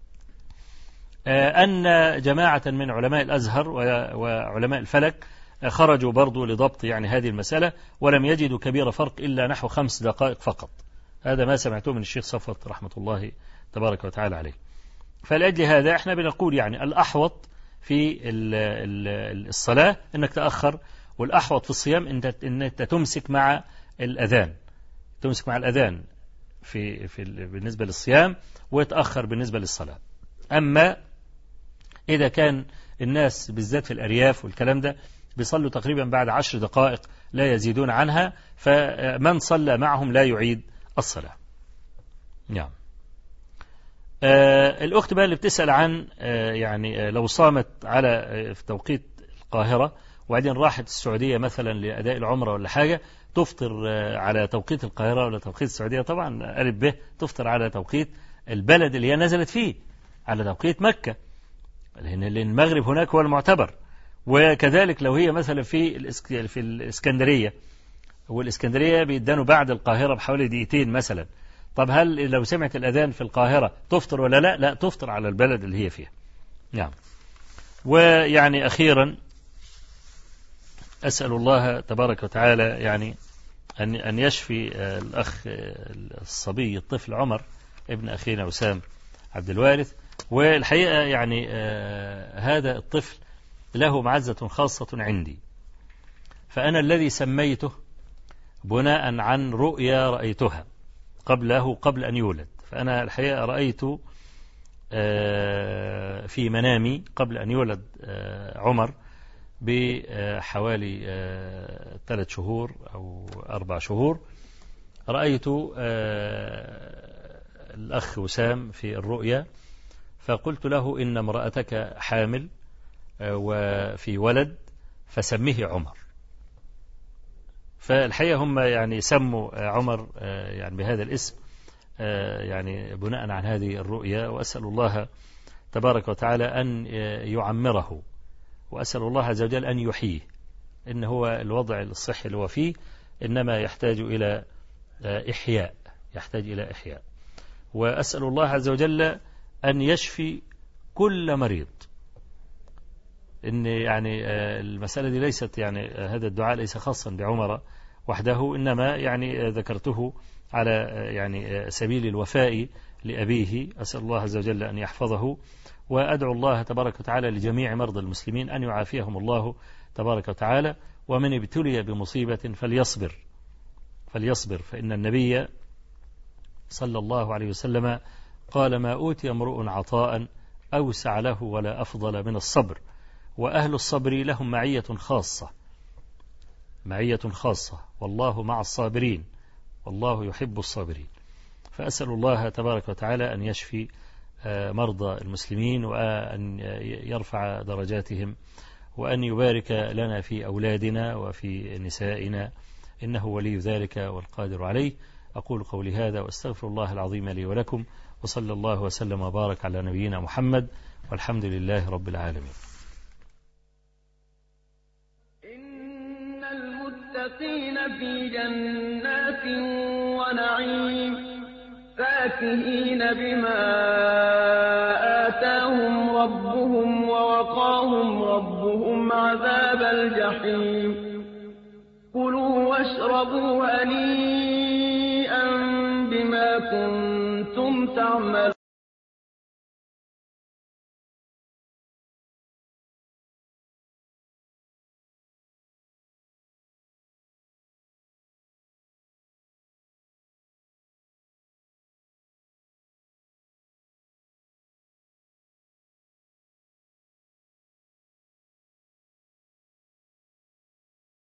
أن جماعة من علماء الأزهر وعلماء الفلك خرجوا برضو لضبط يعني هذه المسألة، ولم يجدوا كبير فرق إلا نحو خمس دقائق فقط. هذا ما سمعته من الشيخ صفوة رحمة الله تبارك وتعالى عليه. فلأجل هذا احنا بنقول يعني الأحوط في الصلاة أنك تأخر، والأحوط في الصيام أنك تمسك مع الأذان، تمسك مع الأذان في, في بالنسبة للصيام، ويتأخر بالنسبة للصلاة. أما إذا كان الناس بالذات في الأرياف والكلام ده بيصلوا تقريبا بعد عشر دقائق لا يزيدون عنها، فمن صلى معهم لا يعيد الصلاة. نعم. آه الأخت بقى اللي بتسأل عن آه يعني آه لو صامت على آه في توقيت القاهرة وبعدين راحت السعودية مثلا لأداء العمرة ولا حاجة، تفطر آه على توقيت القاهرة ولا توقيت السعودية؟ طبعا ألف به تفطر على توقيت البلد اللي هي نزلت فيه، على توقيت مكة، لأن المغرب هناك هو المعتبر. وكذلك لو هي مثلا في في الإسكندرية، والإسكندرية بيدانوا بعد القاهرة بحوالي دقيقتين مثلا، طب هل لو سمعت الأذان في القاهرة تفطر ولا لا؟ لا، تفطر على البلد اللي هي فيها. نعم. ويعني أخيرا أسأل الله تبارك وتعالى يعني أن أن يشفي الأخ الصبي الطفل عمر ابن أخينا وسام عبد الوارث. والحقيقة يعني آه هذا الطفل له معزة خاصة عندي، فأنا الذي سميته بناء عن رؤيا رأيتها قبله قبل أن يولد. فأنا الحقيقة رأيت آه في منامي قبل أن يولد آه عمر بحوالي آه ثلاث شهور أو أربع شهور، رأيت آه الأخ وسام في الرؤيا، فقلت له إن امرأتك حامل وفي ولد فسميه عمر. فالحقيقة هم يعني سموا عمر يعني بهذا الاسم يعني بناء عن هذه الرؤيا. وأسأل الله تبارك وتعالى أن يعمره، وأسأل الله عز وجل أن يحييه، إن هو الوضع الصحي اللي هو فيه إنما يحتاج إلى إحياء، يحتاج إلى إحياء. وأسأل الله عز وجل أن يشفي كل مريض. إن يعني المسألة دي ليست يعني هذا الدعاء ليس خاصا بعمر وحده، إنما يعني ذكرته على يعني سبيل الوفاء لأبيه. أسأل الله عز وجل أن يحفظه، وأدعو الله تبارك وتعالى لجميع مرضى المسلمين أن يعافيهم الله تبارك وتعالى. ومن ابتلي بمصيبة فليصبر فليصبر فإن النبي صلى الله عليه وسلم قال ما أوتي امرؤ عطاء أوسع له ولا أفضل من الصبر، وأهل الصبر لهم معية خاصة، معية خاصة، والله مع الصابرين والله يحب الصابرين. فأسأل الله تبارك وتعالى أن يشفي مرضى المسلمين وأن يرفع درجاتهم وأن يبارك لنا في أولادنا وفي نسائنا، إنه ولي ذلك والقادر عليه. أقول قولي هذا وأستغفر الله العظيم لي ولكم، وصلى الله وسلم وبارك على نبينا محمد، والحمد لله رب العالمين. إن المتقين في جنات ونعيم فاكهين بما آتاهم ربهم ووقاهم ربهم عذاب الجحيم. كلوا واشربوا هنيئا بما كنتم تعملون.